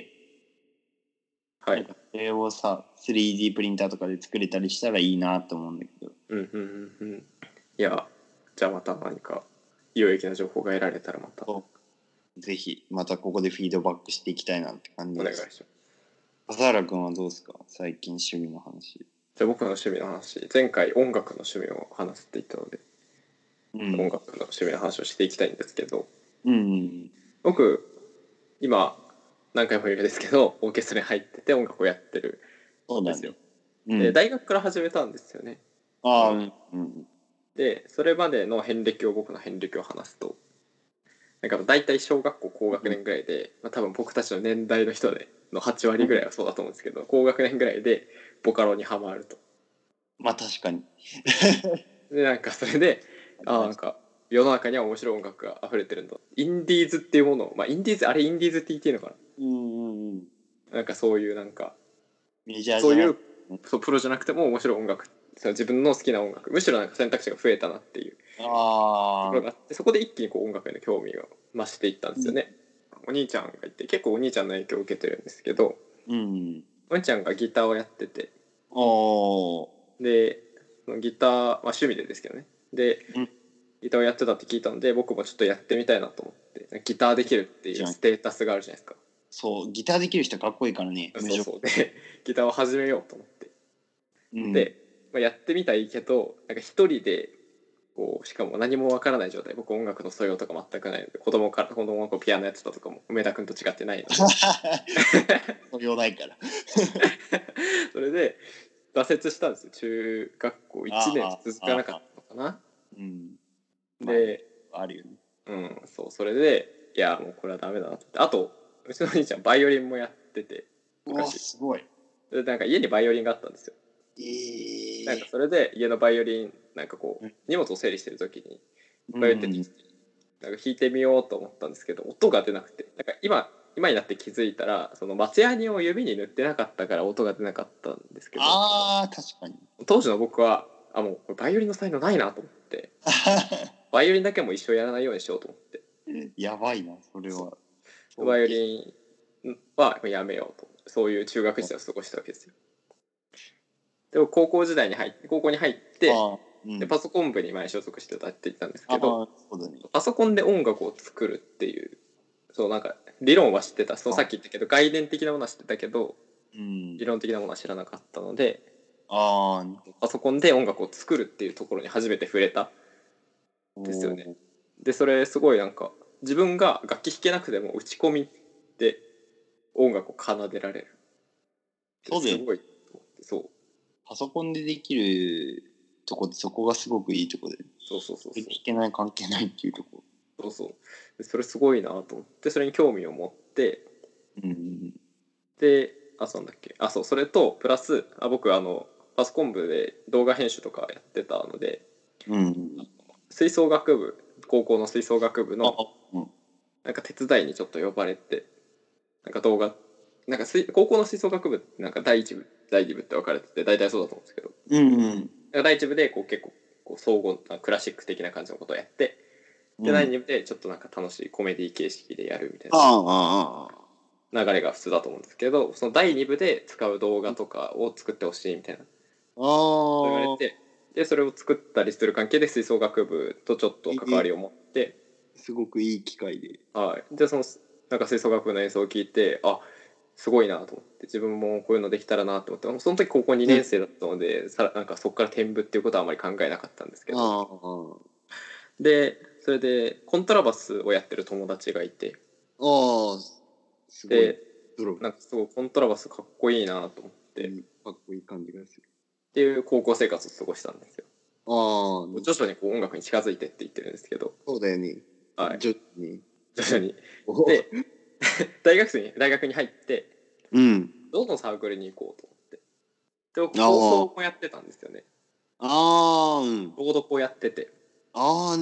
なんかそれをさ 3D プリンターとかで作れたりしたらいいなと思うんだけど。 いやじゃあまた何か有益な情報が得られたらまたぜひまたここでフィードバックしていきたいなって感じです。 お願いします。 笠原君はどうですか最近趣味の話。 じゃあ僕の趣味の話、前回音楽の趣味を話すって言ったので、音楽の趣味の話をしていきたいんですけど、僕今何回も言うですけどオーケストラに入ってて音楽をやってるんですよ。で大学から始めたんですよね。でそれまでの僕の遍歴を話すと、なんか大体小学校高学年ぐらいで、多分僕たちの年代の人での8割ぐらいはそうだと思うんですけど、高学年ぐらいでボカロにハマると。 まあ確かにでなんかそれでなんか世の中には面白い音楽が溢れてるんだ、インディーズっていうものを、インディーズって言っていいのかな、なんかそういうなんかそういうプロじゃなくても面白い音楽、自分の好きな音楽、むしろなんか選択肢が増えたなっていうところがあって、そこで一気にこう音楽への興味が増していったんですよね。お兄ちゃんがいて、結構お兄ちゃんの影響を受けてるんですけど、お兄ちゃんがギターをやってて、でそのギター、趣味でですけどね、でギターをやってたって聞いたので、僕もちょっとやってみたいなと思って、ギターできるっていうステータスがあるじゃないですか。 そうギターできる人かっこいいからね。 そうでギターを始めようと思って、で、やってみたらいいけど、なんか一人でこうしかも何もわからない状態、僕音楽の素養とか全くないので、子供の子ピアノやってたとかも梅田君と違ってないので素養ないからそれで挫折したんですよ。中学校1年続かなかったのかな。で、 あるよね。 そうそれでいやもうこれはダメだなって。あとうちのお兄ちゃんバイオリンもやってて昔。 すごい。 でなんか家にバイオリンがあったんですよ。なんかそれで家のバイオリンなんかこう荷物を整理してる時にバイオリンってなんか弾いてみようと思ったんですけど、音が出なくて、なんか今になって気づいたら、その松ヤニを指に塗ってなかったから音が出なかったんですけど、 確かに当時の僕はもうこれバイオリンの才能ないなと思ってバイオリンだけも一生やらないようにしようと思ってやばいなそれは。 バイオリンはやめようと、そういう中学時代を過ごしたわけですよ。でも高校に入ってでパソコン部に前所属してたって言ったんですけど、パソコンで音楽を作るっていうそうなんか理論は知ってた、そうさっき言ったけど概念的なものは知ってたけど、理論的なものは知らなかったので、パソコンで音楽を作るっていうところに初めて触れたんですよね。でそれすごいなんか自分が楽器弾けなくても打ち込みで音楽を奏でられる。 そうだよ。 すごい。そうパソコンでできるとこってそこがすごくいいとこで、 そう弾けない関係ないっていうとこ。 でそれすごいなと思ってそれに興味を持って、でなんだっけそうそれとプラス僕パソコン部で動画編集とかやってたので、吹奏楽部高校の吹奏楽部のなんか手伝いにちょっと呼ばれて、なんか動画なんか高校の吹奏楽部ってなんか第一部第二部って分かれてて大体そうだと思うんですけど、第一部でこう結構こう総合クラシック的な感じのことをやって、で第2部でちょっとなんか楽しいコメディ形式でやるみたいな流れが普通だと思うんですけど、その第2部で使う動画とかを作ってほしいみたいな言われて、でそれを作ったりする関係で吹奏楽部とちょっと関わりを持って、 すごくいい機会で、 はい、でそのなんか吹奏楽部の演奏を聞いて、あ、すごいなと思って、自分もこういうのできたらなと思って、その時高校2年生だったので、なんかそこから転部っていうことはあまり考えなかったんですけど、でそれでコントラバスをやってる友達がいて、 すごい、 でなんかすごいコントラバスかっこいいなと思って、 かっこいい感じがするっていう高校生活を過ごしたんですよ。徐々にこう音楽に近づいてって言ってるんですけど。 そうだよね。 はい。 徐々に。 で大学に入って、どのサークルに行こうと思って。で僕放送もやってたんですよね。朗読をやってて。はい。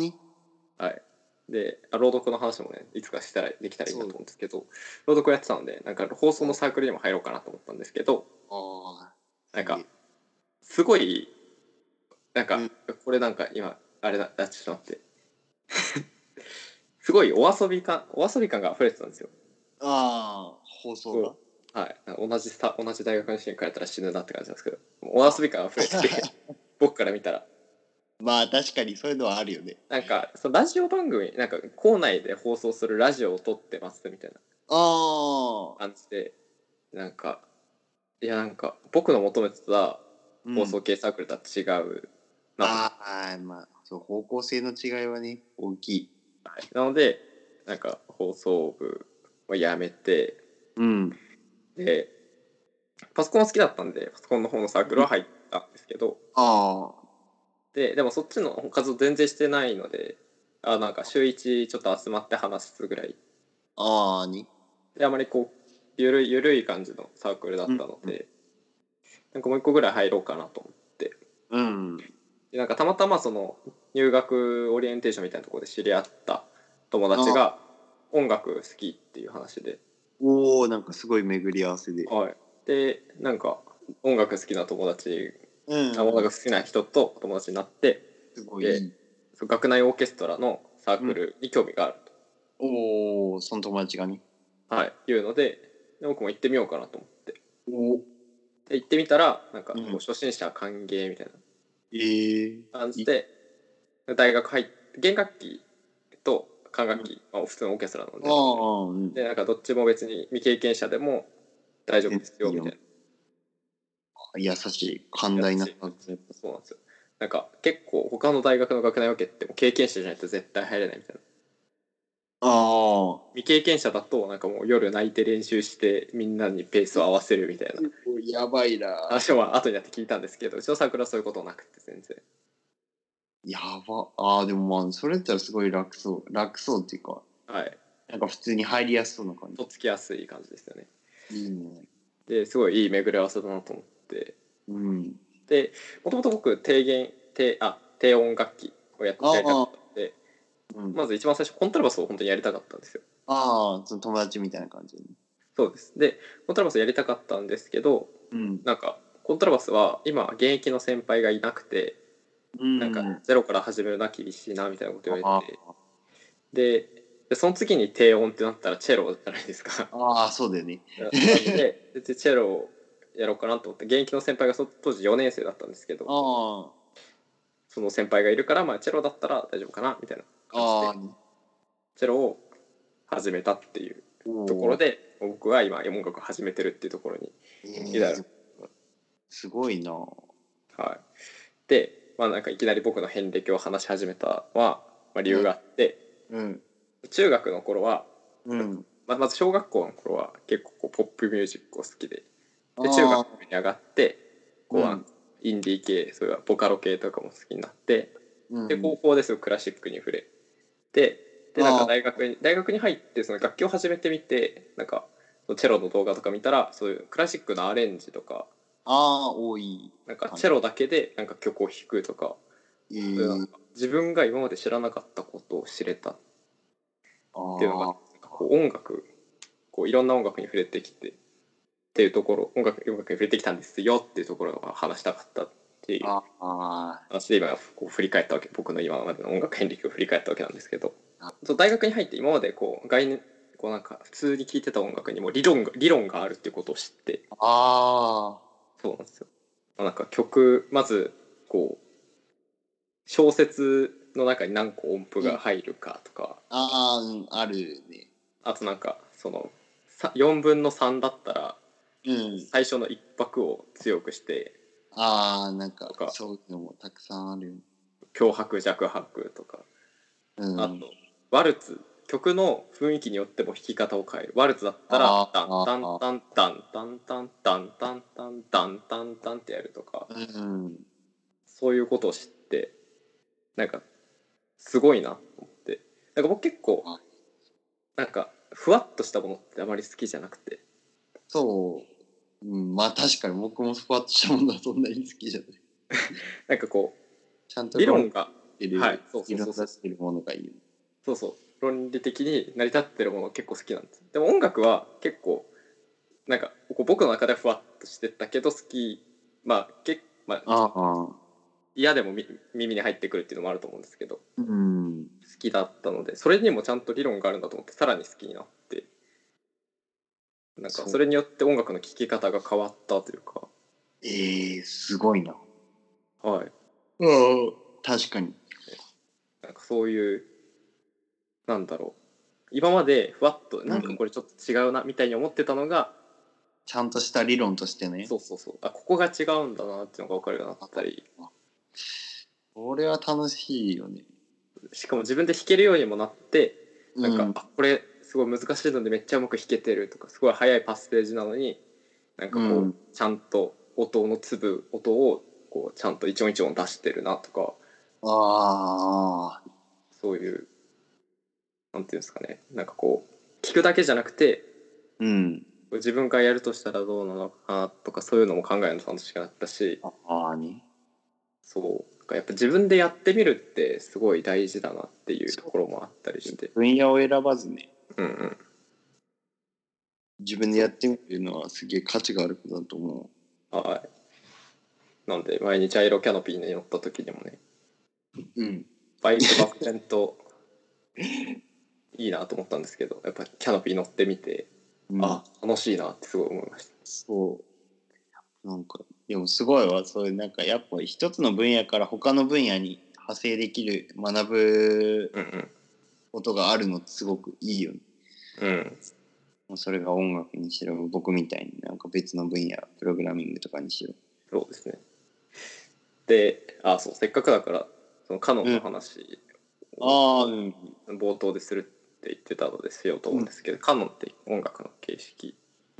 で朗読の話もね、いつかしたらできたらいいなと思うんですけど、朗読をやってたので、なんか放送のサークルにも入ろうかなと思ったんですけど、なんかすごいなんか、これなんか今あれだ、ちょっと待ってすごいお遊び感が溢れてたんですよ。 放送が、 はい、同じ大学の試験通ったら死ぬなって感じなんですけど、お遊び感溢れてて僕から見たら、 まあ確かにそういうのはあるよね。 なんかそのラジオ番組、なんか校内で放送するラジオを撮ってますみたいな感じで、なんかいや、なんか僕の求めてた放送系サークルとは違うなと。 まあそう、方向性の違いはね大きい。 はい、なのでなんか放送部はやめて、でパソコン好きだったんでパソコンの方のサークルは入ったんですけど、でもそっちの活動全然してないので、なんか週1ちょっと集まって話すぐらいで、あまりこうゆるい感じのサークルだったので、なんかもう一個ぐらい入ろうかなと思って、でなんかたまたまその入学オリエンテーションみたいなところで知り合った友達が音楽好きっていう話で、 なんかすごい巡り合わせで、 でなんか音楽好きな友達、音楽好きな人と友達になって、 すごいで学内オーケストラのサークルに興味があると、その友達がね、 いうので、僕も行ってみようかなと思って、で行ってみたらなんかこう初心者歓迎みたいな感じで、大学入って弦楽器と管楽器、普通のオーケストラなので、でなんかどっちも別に未経験者でも大丈夫ですよみたいな。 優しい寛大な感じ。 そうなんですよ。なんか結構他の大学の学内オケっても経験者じゃないと絶対入れないみたいな。未経験者だとなんかもう夜泣いて練習してみんなにペースを合わせるみたいな。 やばいな。 話は後になって聞いたんですけど、うちのサークルはそういうことなくて全然。 やば。でもまあそれだったらすごい楽そうっていうか、なんか普通に入りやすそうな感じ。 とっつきやすい感じですよね。 いいね。 ですごいいい巡り合わせだなと思って。でもともと僕低音楽器をやってやりたかったので、まず一番最初コントラバスを本当にやりたかったんですよ。 その友達みたいな感じで、 そうです。でコントラバスやりたかったんですけど、なんかコントラバスは今現役の先輩がいなくて、なんかゼロから始めるのは厳しいなみたいなこと言われて、でその次に低音ってなったらチェロじゃないですか。 そうだよね。 なのでチェロをやろうかなと思って、現役の先輩が当時4年生だったんですけど、その先輩がいるから、まあチェロだったら大丈夫かなみたいな感じでチェロを始めたっていうところで、僕は今音楽を始めてるっていうところに至る。 すごいな。 で、なんかいきなり僕の遍歴を話し始めたのは、理由があって、中学の頃は、まず小学校の頃は結構こうポップミュージックを好きで、中学に上がってこう、インディー系、そういうボカロ系とかも好きになって、で高校ですぐクラシックに触れて、でなんか大学に入ってその楽器を始めてみて、なんかチェロの動画とか見たらそういうクラシックのアレンジとか多い、 なんかチェロだけでなんか曲を弾くとか、なんか自分が今まで知らなかったことを知れたっていうのが、こう音楽、こういろんな音楽に触れてきてっていうところ、音楽に触れてきたんですよっていうところを話したかったってっていう話で今こう振り返ったわけ、僕の今までの音楽遍歴を振り返ったわけなんですけど、大学に入って今までこう概念こうなんか普通に聴いてた音楽にも理論があるっていうことを知って、そうなんですよ。なんか曲まずこう小説の中に何個音符が入るかとか、 あるね。 あとなんかその4分の3だったら、最初の1拍を強くして、 なんかそういうのもたくさんあるよね。 強拍弱拍とか、あとワルツ、曲の雰囲気によっても弾き方を変える。ワルツだったらダンタンタンタンタンタンタンタンタンタンタンタンってやるとか、そういうことを知って、なんかすごいなと思って、なんか僕結構なんかふわっとしたものってあまり好きじゃなくて。 そう、まあ確かに僕もふわっとしたものはそんなに好きじゃない。 なんかこうちゃんと理論がそうしてるものがいいよね。 そうそう、論理的に成り立ってるもの結構好きなんです。でも音楽は結構なんか僕の中ではふわっとしてたけど好き、嫌でも耳に入ってくるっていうのもあると思うんですけど、好きだったので、それにもちゃんと理論があるんだと思ってさらに好きになって、なんかそれによって音楽の聴き方が変わったというか。 すごいな。 はい。 確かに。 なんかそういうなんだろう、今までふわっとなんかこれちょっと違うなみたいに思ってたのが、 ちゃんとした理論としてね。 そうここが違うんだなっていうのが分かるようになったり、 これは楽しいよね。 しかも自分で弾けるようにもなって、なんか、これすごい難しいのでめっちゃうまく弾けてるとか、すごい速いパステージなのになんかこう、ちゃんと音をこうちゃんと一音一音出してるなとか、そういうなんていうんですかね、なんかこう聞くだけじゃなくて、自分がやるとしたらどうなのかなとか、そういうのも考えるの楽しくなったし、そうやっぱ自分でやってみるってすごい大事だなっていうところもあったりして、 分野を選ばずね、自分でやってみるのはすげえ価値があることだと思う。 はい。なんで前にジャイロキャノピーに乗った時にもね、バイクバク転といいなと思ったんですけど、やっぱキャノピー乗ってみて、楽しいなってすごい思いました。 なんかでもすごいわ、そういうなんかやっぱ一つの分野から他の分野に派生できる学ぶことがあるのってすごくいいよね。それが音楽にしろ、僕みたいになんか別の分野、プログラミングとかにしろ。 そうですね。で、せっかくだからそのカノンの話を冒頭でするって言ってたのでしようと思うんですけど、カノンって音楽の形式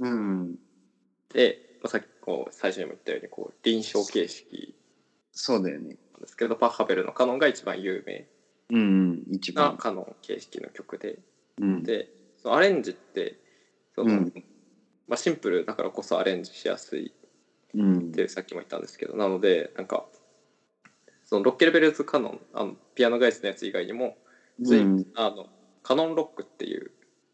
で、さっきこう最初にも言ったようにこう臨床形式そうだよねなんですけど、パッハベルのカノンが一番有名なカノン形式の曲で、でそのアレンジってその、シンプルだからこそアレンジしやすいってさっきも言ったんですけど、なのでなんかそのロッケルベルズカノン、ピアノガイスのやつ以外にも、カノンロックっていう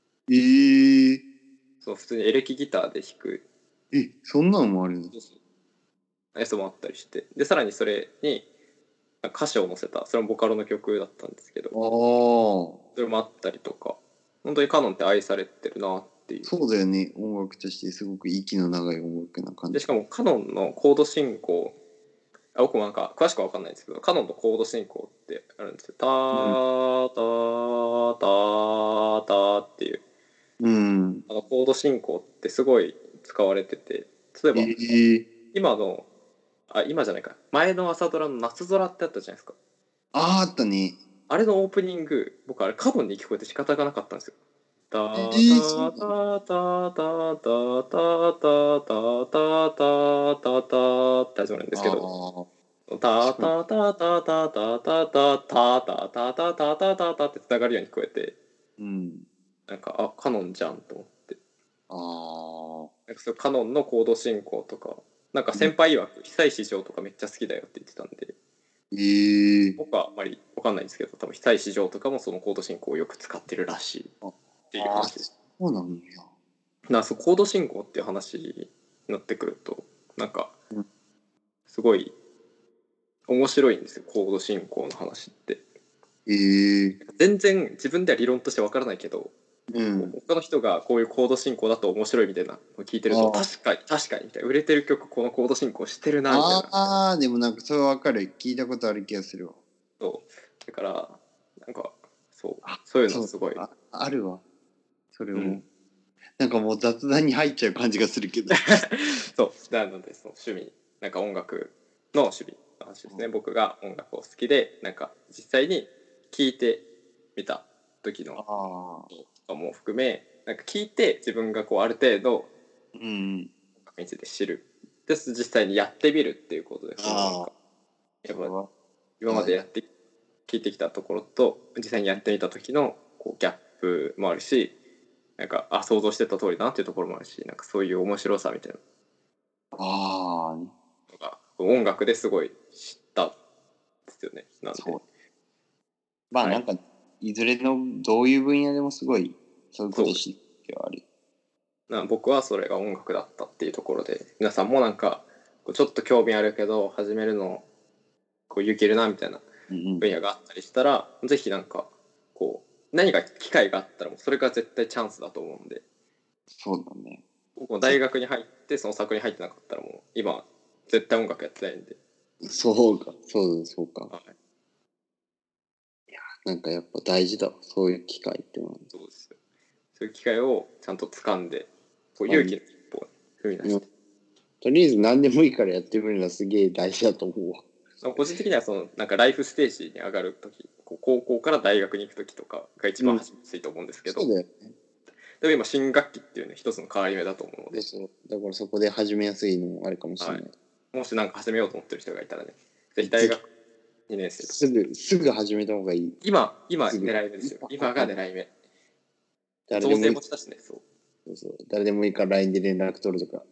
そう普通にエレキギターで弾くそんなのもあるのやつもあったりして、でさらにそれに歌詞を載せた、それもボカロの曲だったんですけど、それもあったりとか、本当にカノンって愛されてるなっていう。 そうだよね、音楽としてすごく息の長い音楽な感じで、しかもカノンのコード進行、僕もなんか詳しくは分かんないんですけど、カノンのコード進行ってあるんですよ。ターターターターっていう、コード進行ってすごい使われてて、例えば、今じゃないか、前の朝ドラの夏空ってあったじゃないですか。 あったね。 あれのオープニング、僕あれカノンに聞こえて仕方がなかったんですよ。ターターターターターターターターターターターターって始まるんですけど、ターターターターターターターターターターターターターターターターってつながるように聞こえて、なんかカノンじゃんと思って、なんかそれカノンのコード進行とか、なんか先輩曰く久石譲とかめっちゃ好きだよって言ってたんで、僕はあんまり分かんないんですけど、多分久石譲とかもそのコード進行をよく使ってるらしいっていう話です。 そうなんだ。 コード進行っていう話になってくると、なんかすごい面白いんですよ、コード進行の話って。 全然自分では理論としてわからないけど、他の人がこういうコード進行だと面白いみたいなのを聞いてると、確かにみたいな、売れてる曲このコード進行してるなみたいな。でもなんかそれは分かる、聞いたことある気がするわ。 そうだからなんかそういうのすごいあるわそれも、なんかもう雑談に入っちゃう感じがするけどそうなので、その趣味なんか音楽の趣味の話ですね。僕が音楽を好きでなんか実際に聴いてみた時のとかも含め、なんか聞いて自分がこうある程度音楽について知る、で実際にやってみるっていうことで、なんかやっぱ今まで聞いてきたところと実際にやってみた時のこうギャップもあるし、なんか想像してた通りだなっていうところもあるし、なんかそういう面白さみたいなのが音楽ですごい知ったんですよね。なんでまあなんかいずれのどういう分野でもすごいそういうこと知ってはある。 僕はそれが音楽だったっていうところで、皆さんもなんかちょっと興味あるけど始めるのこう勇気いるなみたいな分野があったりしたら、ぜひなんかこう何か機会があったらもうそれが絶対チャンスだと思うんで。 そうだね。 僕も大学に入ってその作に入ってなかったらもう今絶対音楽やってないんで。 そうか。はい、いやなんかやっぱ大事だ、そういう機会ってのは。 そうですよ。そういう機会をちゃんと掴んでこう勇気の一歩を踏み出して、 とりあえず何でもいいからやってみるのはすげえ大事だと思うわ。 個人的にはそのなんかライフステージに上がる時、こう高校から大学に行く時とかが一番走りやすいと思うんですけど、そうだよね。でも今新学期っていうね一つの変わり目だと思うので、 だからそこで始めやすいのもあるかもしれない。 もしなんか始めようと思ってる人がいたらね、ぜひ大学2年生すぐ始めた方がいい。 今狙い目ですよ。今が狙い目。増税もしたしね。そう誰でもいいから LINE で連絡取るとか。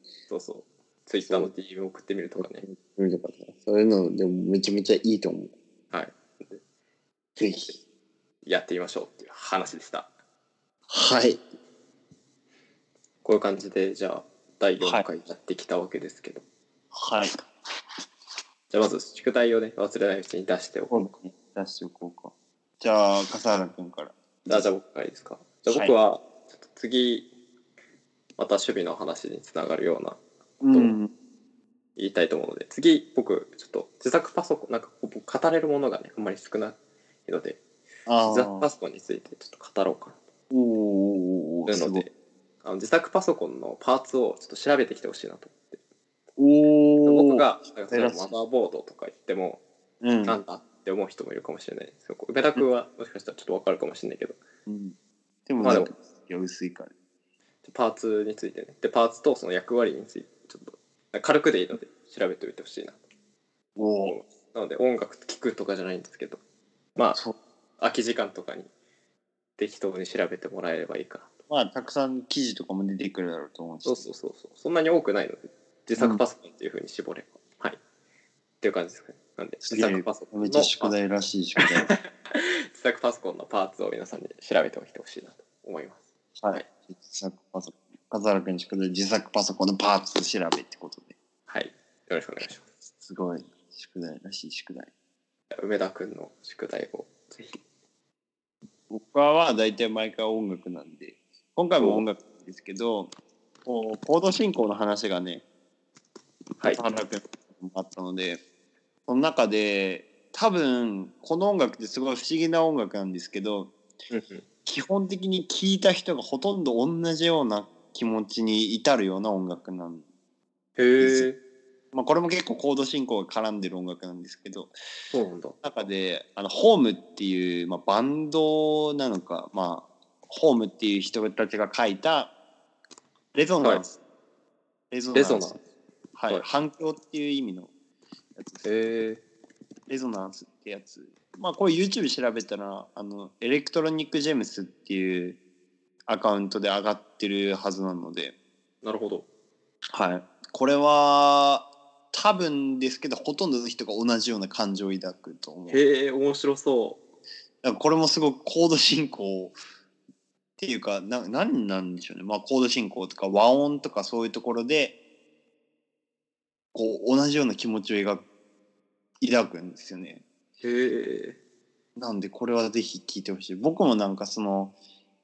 Twitter の DM 送ってみるとかね。 そういうのでもめちゃめちゃいいと思う。 はい。ぜひやってみましょうっていう話でした。 はい。 こういう感じでじゃあ第4回やってきたわけですけど。 はい。 じゃあまず宿題をね忘れないうちに出しておこうか。 出しておこうか。じゃあ笠原君から。 じゃあ僕からいいですか。じゃあ僕はちょっと次また守備の話につながるようなことを言いたいと思うので、次僕ちょっと自作パソコンなんか語れるものがねあんまり少ないので、自作パソコンについてちょっと語ろうかなというので、自作パソコンのパーツをちょっと調べてきてほしいなと思って。僕がマザーボードとか言っても、なんだって思う人もいるかもしれないです。梅田君はもしかしたらちょっと分かるかもしれないけど、 でもなんか薄いからパーツについてね、でパーツとその役割についてちょっと軽くでいいので調べておいてほしいなと。なので音楽聴くとかじゃないんですけど、まあ空き時間とかに適当に調べてもらえればいいかなと。 まあたくさん記事とかも出てくるだろうと思うし。 そうそんなに多くないので自作パソコンっていう風に絞れば、はいっていう感じですかね。なんで自作パソコンのめっちゃ宿題らしい宿題自作パソコンのパーツを皆さんに調べておいてほしいなと思います。 はい。自作パソコン、笠原君に宿題自作パソコンのパーツ調べってことで。 はい。よろしくお願いします。 すごい宿題らしい宿題。 梅田君の宿題をぜひ。 僕は大体毎回音楽なんで、今回も音楽ですけど、コード進行の話がね、笠原君もあったので、その中で多分この音楽ってすごい不思議な音楽なんですけど、基本的に聴いた人がほとんど同じような気持ちに至るような音楽なんです。まあ、これも結構コード進行が絡んでる音楽なんですけど、 そうなんだ。 中でホームっていう、まあ、バンドなのか、まあ、ホームっていう人たちが書いたレゾナンス、はい、反響っていう意味のやつです。レゾナンスってやつ、まあこれ YouTube 調べたらエレクトロニックジェムスっていうアカウントで上がってるはずなので。なるほど。はい。これは多分ですけどほとんどの人が同じような感情を抱くと思う。 へえ、面白そう。 だからこれもすごくコード進行っていうか何なんでしょうね。まあコード進行とか和音とかそういうところでこう同じような気持ちを描抱くんですよね。 へえ。 なんでこれはぜひ聞いてほしい。僕もなんかその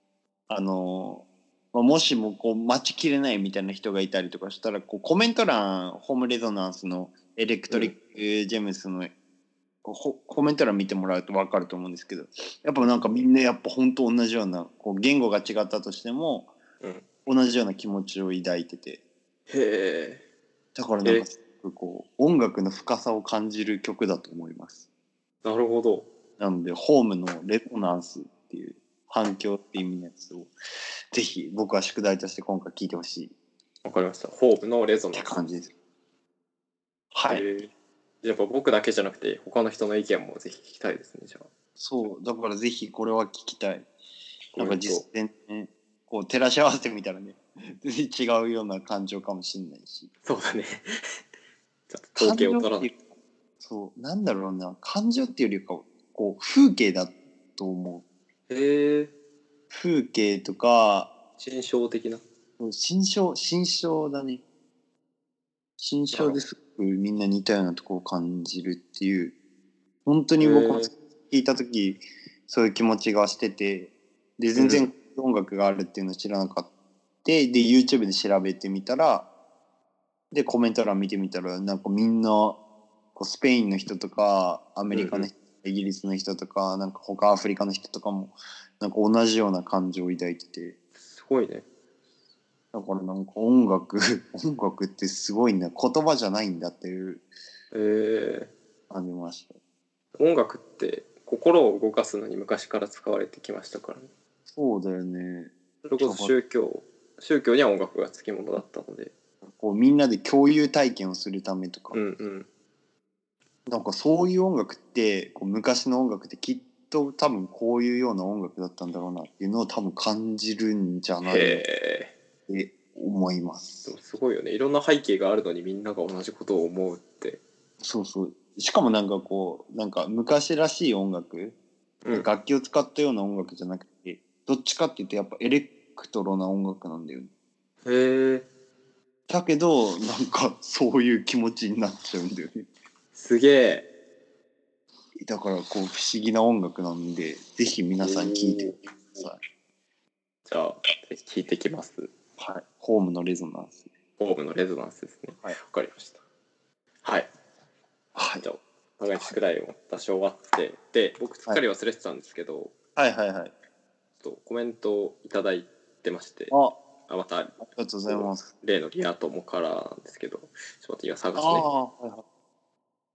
もしもこう待ちきれないみたいな人がいたりとかしたらこうコメント欄ホームレゾナンスのエレクトリックジェムスの、コメント欄見てもらうと分かると思うんですけど、やっぱなんかみんなやっぱ本当同じようなこう言語が違ったとしても、同じような気持ちを抱いてて、 へえ。 だからなんかこう音楽の深さを感じる曲だと思います。 なるほど。 なのでホームのレゾナンスっていう反響っていう意味のやつをぜひ僕は宿題として今回聞いてほしい。 わかりました。ホームのレゾナンス。 って感じです。はい。 やっぱ僕だけじゃなくて他の人の意見もぜひ聞きたいですね。じゃあ。 そうだからぜひこれは聞きたい。なんか実践ねこう照らし合わせてみたらね全然違うような感情かもしれないし。 そうだね。ちょっと統計を取らない。 そうなんだろうな、感情っていうよりかこう風景だと思う。 へえ。 風景とか心象的な。 心象だね。心象ですごくみんな似たようなところを感じるっていう、本当に僕も聞いた時そういう気持ちがしてて、で全然音楽があるっていうのを知らなかった。で YouTube で調べてみたら、でコメント欄見てみたらなんかみんなこうスペインの人とかアメリカの人、イギリスの人とかなんか他アフリカの人とかもなんか同じような感情を抱いてて、 すごいね。 だからなんか音楽ってすごいんだ、言葉じゃないんだっていう感じました。 音楽って心を動かすのに昔から使われてきましたからね。 そうだよね。 それこそ宗教には音楽がつきものだったので、 こうみんなで共有体験をするためとか、なんかそういう音楽ってこう昔の音楽ってきっと多分こういうような音楽だったんだろうなっていうのを多分感じるんじゃないかって思います。 すごいよね。いろんな背景があるのにみんなが同じことを思うって。 そうそう。しかもなんかこうなんか昔らしい音楽、楽器を使ったような音楽じゃなくて、どっちかっていうとやっぱエレクトロな音楽なんだよね。 へえ。 だけどなんかそういう気持ちになっちゃうんだよね。 すげえ。 だからこう不思議な音楽なんでぜひ皆さん聴いてください。 じゃあ聴いてきます。 はい。ホームのレゾナンス。 ホームのレゾナンスですね。はい。わかりました。はい。はい。じゃあお互い宿題を出し終わって、で僕すっかり忘れてたんですけど。 はいはいはい。 コメントをいただいてまして。またありがとうございます。 例のリア友からなんですけど、ちょっと待って今探すね。 はいはい。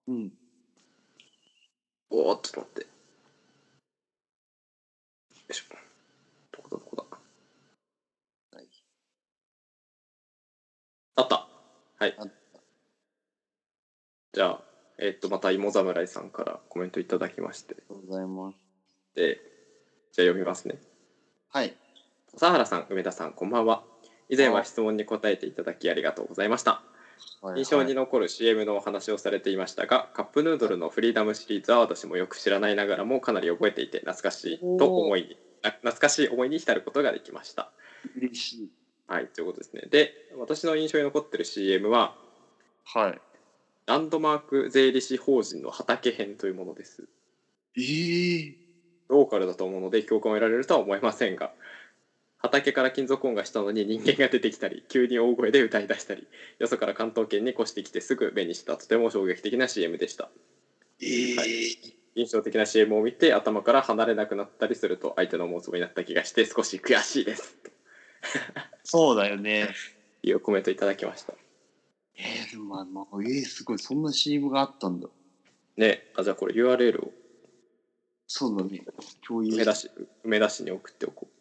うん。 おーっと待って。よいしょ。どこだ。はい、あった。はい。じゃあまた芋侍さんからコメントいただきまして。 ありがとうございます。 で、じゃあ読みますね。 はい。 笹原さん、梅田さん、こんばんは。以前は質問に答えていただきありがとうございました。印象に残る CM のお話をされていましたが、カップヌードルのフリーダムシリーズは私もよく知らないながらもかなり覚えていて懐かしい思いに浸ることができました。 嬉しい。 はい、ということですね。で、私の印象に残ってる CM は、 はい。 ランドマーク税理士法人の畑編というものです。ローカルだと思うので共感を得られるとは思いませんが、畑から金属音がしたのに人間が出てきたり、急に大声で歌い出したり、よそから関東圏に越してきてすぐ目にしたとても衝撃的な CM でした。はい、印象的な CM を見て頭から離れなくなったりすると相手の思うつぼになった気がして少し悔しいですそうだよね。 いうコメントいただきました。 でもすごい、そんな CM があったんだね。じゃあこれ URL をそうだね、共有梅田市に送っておこう。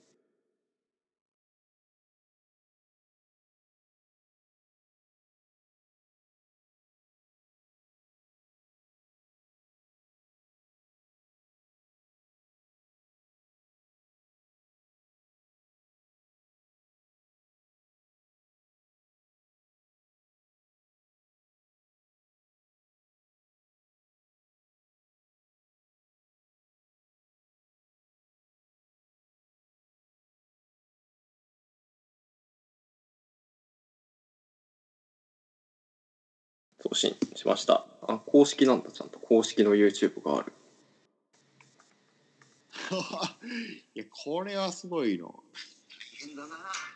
送信しました。あ、公式なんだ、ちゃんと公式の YouTube がある。 いや、これはすごいの。変だな。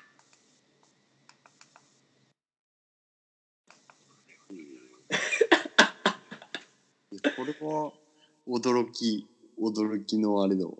これは驚きのあれだわ。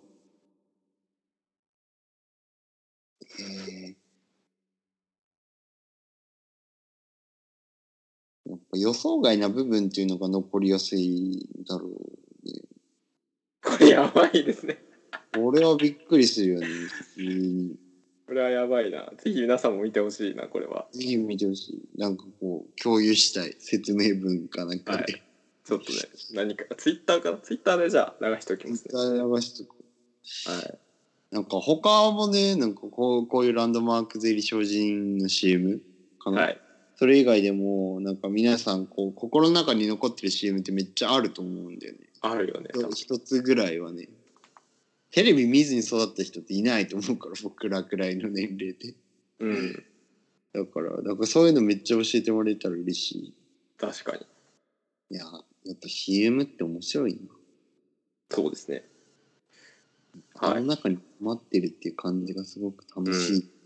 やっぱ予想外な部分っていうのが残りやすいだろうね。 これやばいですね。 これはびっくりするよね、普通に。 これはやばいな。ぜひ皆さんも見てほしいな、これは。 ぜひ見てほしい。なんかこう、共有したい。説明文かなんかで。はい、 ちょっとね、何か、ツイッターかな、ツイッターでじゃあ流しておきますね。 ツイッターで流しておく。 はい。 なんか他もね、なんかこういうランドマークゼリー精進の CM かな。はい。それ以外でも、なんか皆さんこう、心の中に残ってる CM ってめっちゃあると思うんだよね。 あるよね。 一つぐらいはね。テレビ見ずに育った人っていないと思うから、僕らくらいの年齢で。うん。だから、なんかそういうのめっちゃ教えてもらえたら嬉しい。 確かに。 いや、やっぱ CM って面白いな。 そうですね。 はい。この中に待ってるっていう感じがすごく楽しい。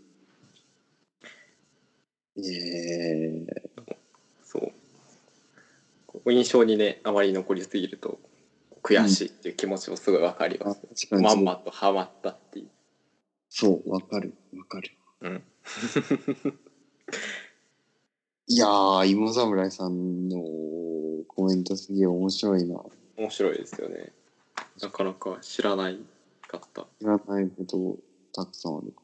そう。印象にね、あまり残りすぎると悔しいっていう気持ちもすごいわかります、ね。まんまとハマったっていう。 そう、わかる。うん。いやー、芋侍さんのコメントすげえ面白いな。 面白いですよね。なかなか知らないかった。 知らないことたくさんあるから。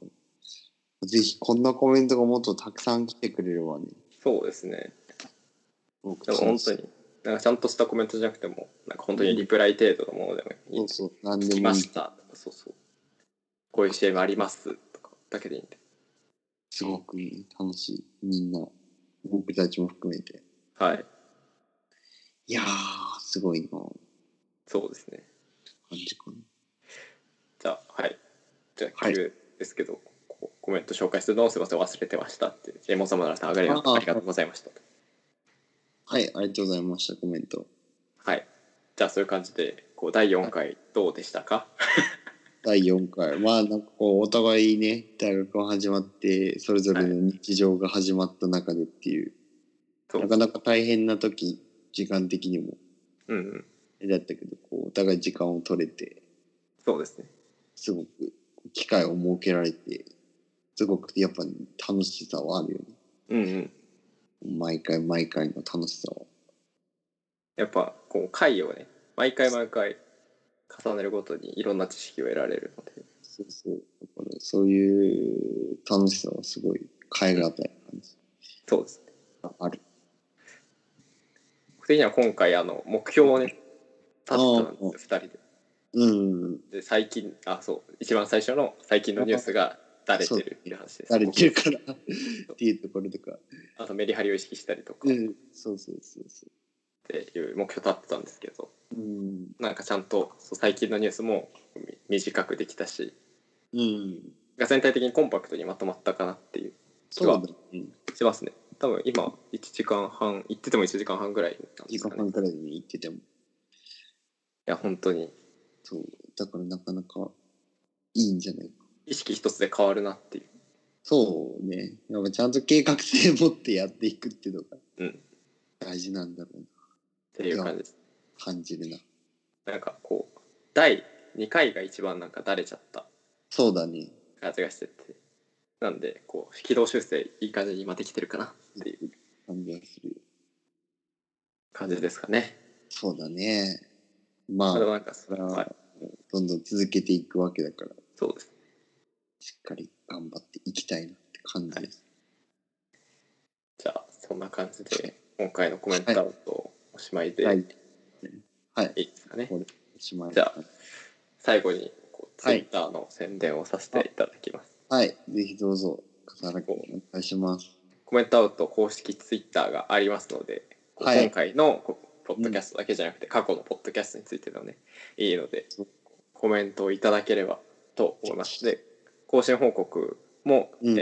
ぜひこんなコメントがもっとたくさん来てくれればね。 そうですね。でも本当になんかちゃんとしたコメントじゃなくてもなんか本当にリプライ程度のものでもいい、うん、そう何でもいい。聞きましたとか、そうそう、こういう CM ありますとかだけでいいんで。 すごくいい、楽しい、みんな僕たちも含めて。 はい。 いやーすごいな。 そうですね。 感じかな。 じゃあはい。じゃあ急ですけど、はい、コメント紹介するのをすみません忘れてましたっていう。エモサムラさんありがとうございました。はい、 ありがとうございましたコメント。 はい。じゃあそういう感じでこう第4回どうでしたか？ 第4回まあなんかこうお互いね大学が始まってそれぞれの日常が始まった中でっていう、はい、なかなか大変な時時間的にもだったけどこうお互い時間を取れてそうですねすごく機会を設けられてすごくやっぱ楽しさはあるよね。うんうん。毎回の楽しさは。 やっぱこう回をね毎回重ねるごとにいろんな知識を得られるので。 そうだからそういう楽しさはすごい変え難い感じ。 そうですね。 ある。 僕的には今回目標をね立てたんですよ2人で。で最近そう一番最初の最近のニュースがだれてるっていう話です。 だれてるからっていうところとか。 あとメリハリを意識したりとか。 そう。 っていう目標立ってたんですけど、なんかちゃんと最近のニュースも短くできたし、全体的にコンパクトにまとまったかなっていう気はしますね。多分今1時間半行ってても1時間半ぐらいなんですかね。1時間半ぐらいに行ってても。いや本当にそうだからなかなかいいんじゃないか。 意識一つで変わるなっていう。 そうね。やっぱちゃんと計画性持ってやっていくっていうのが大事なんだろうな。 っていう感じです。 感じるな。 なんかこう第2回が一番なんかだれちゃったそうだね感じがしてて、なんでこう軌道修正いい感じに今できてるかなっていう感じがする感じですかね。 そうだね。まあなんかそれはどんどん続けていくわけだから、 そうですね。 しっかり頑張っていきたいなって感じです。 じゃあそんな感じで今回のコメントアウトおしまいで、はい、いいですかね。じゃあ最後にツイッターの宣伝をさせていただきます。 はい、ぜひどうぞ笠原君お願いします。 コメントアウト公式ツイッターがありますので、今回のポッドキャストだけじゃなくて過去のポッドキャストについてのねいいのでコメントをいただければと思います。で更新報告も、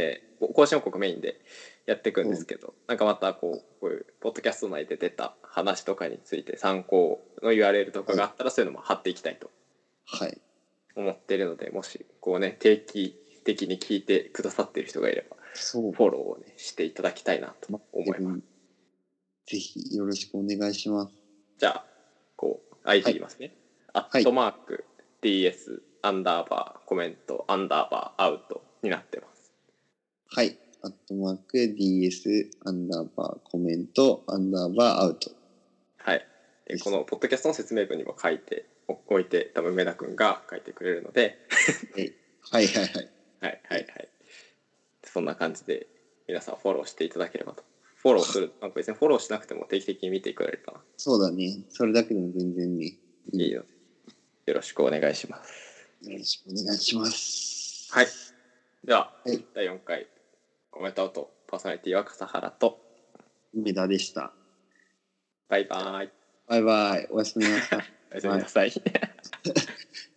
更新報告メインでやっていくんですけど、なんかまたこういうポッドキャスト内で出た話とかについて参考の URL とかがあったら、そういうのも貼っていきたいと思っているので、もしこうね定期的に聞いてくださっている人がいればフォローをねしていただきたいなと思います。 ぜひよろしくお願いします。 じゃあこう ID 言いますね。@DS アンダーバーコメントアンダーバーアウトになってます。 はい。@DS アンダーバーコメントアンダーバーアウト。 はい。でこのポッドキャストの説明文にも書いておいて、多分梅田くんが書いてくれるのではいはいはい。 はいはいはい。そんな感じで皆さんフォローしていただければと。フォローする、なんか別にフォローしなくても定期的に見てくれるかな。 そうだね。それだけでも全然ね。 いいので、よろしくお願いします。 よろしくお願いします。 はい。では、第4回コメントアウトパーソナリティは笠原と梅田でした。 バイバイ。 バイバイ。おやすみなさい。 おやすみなさい。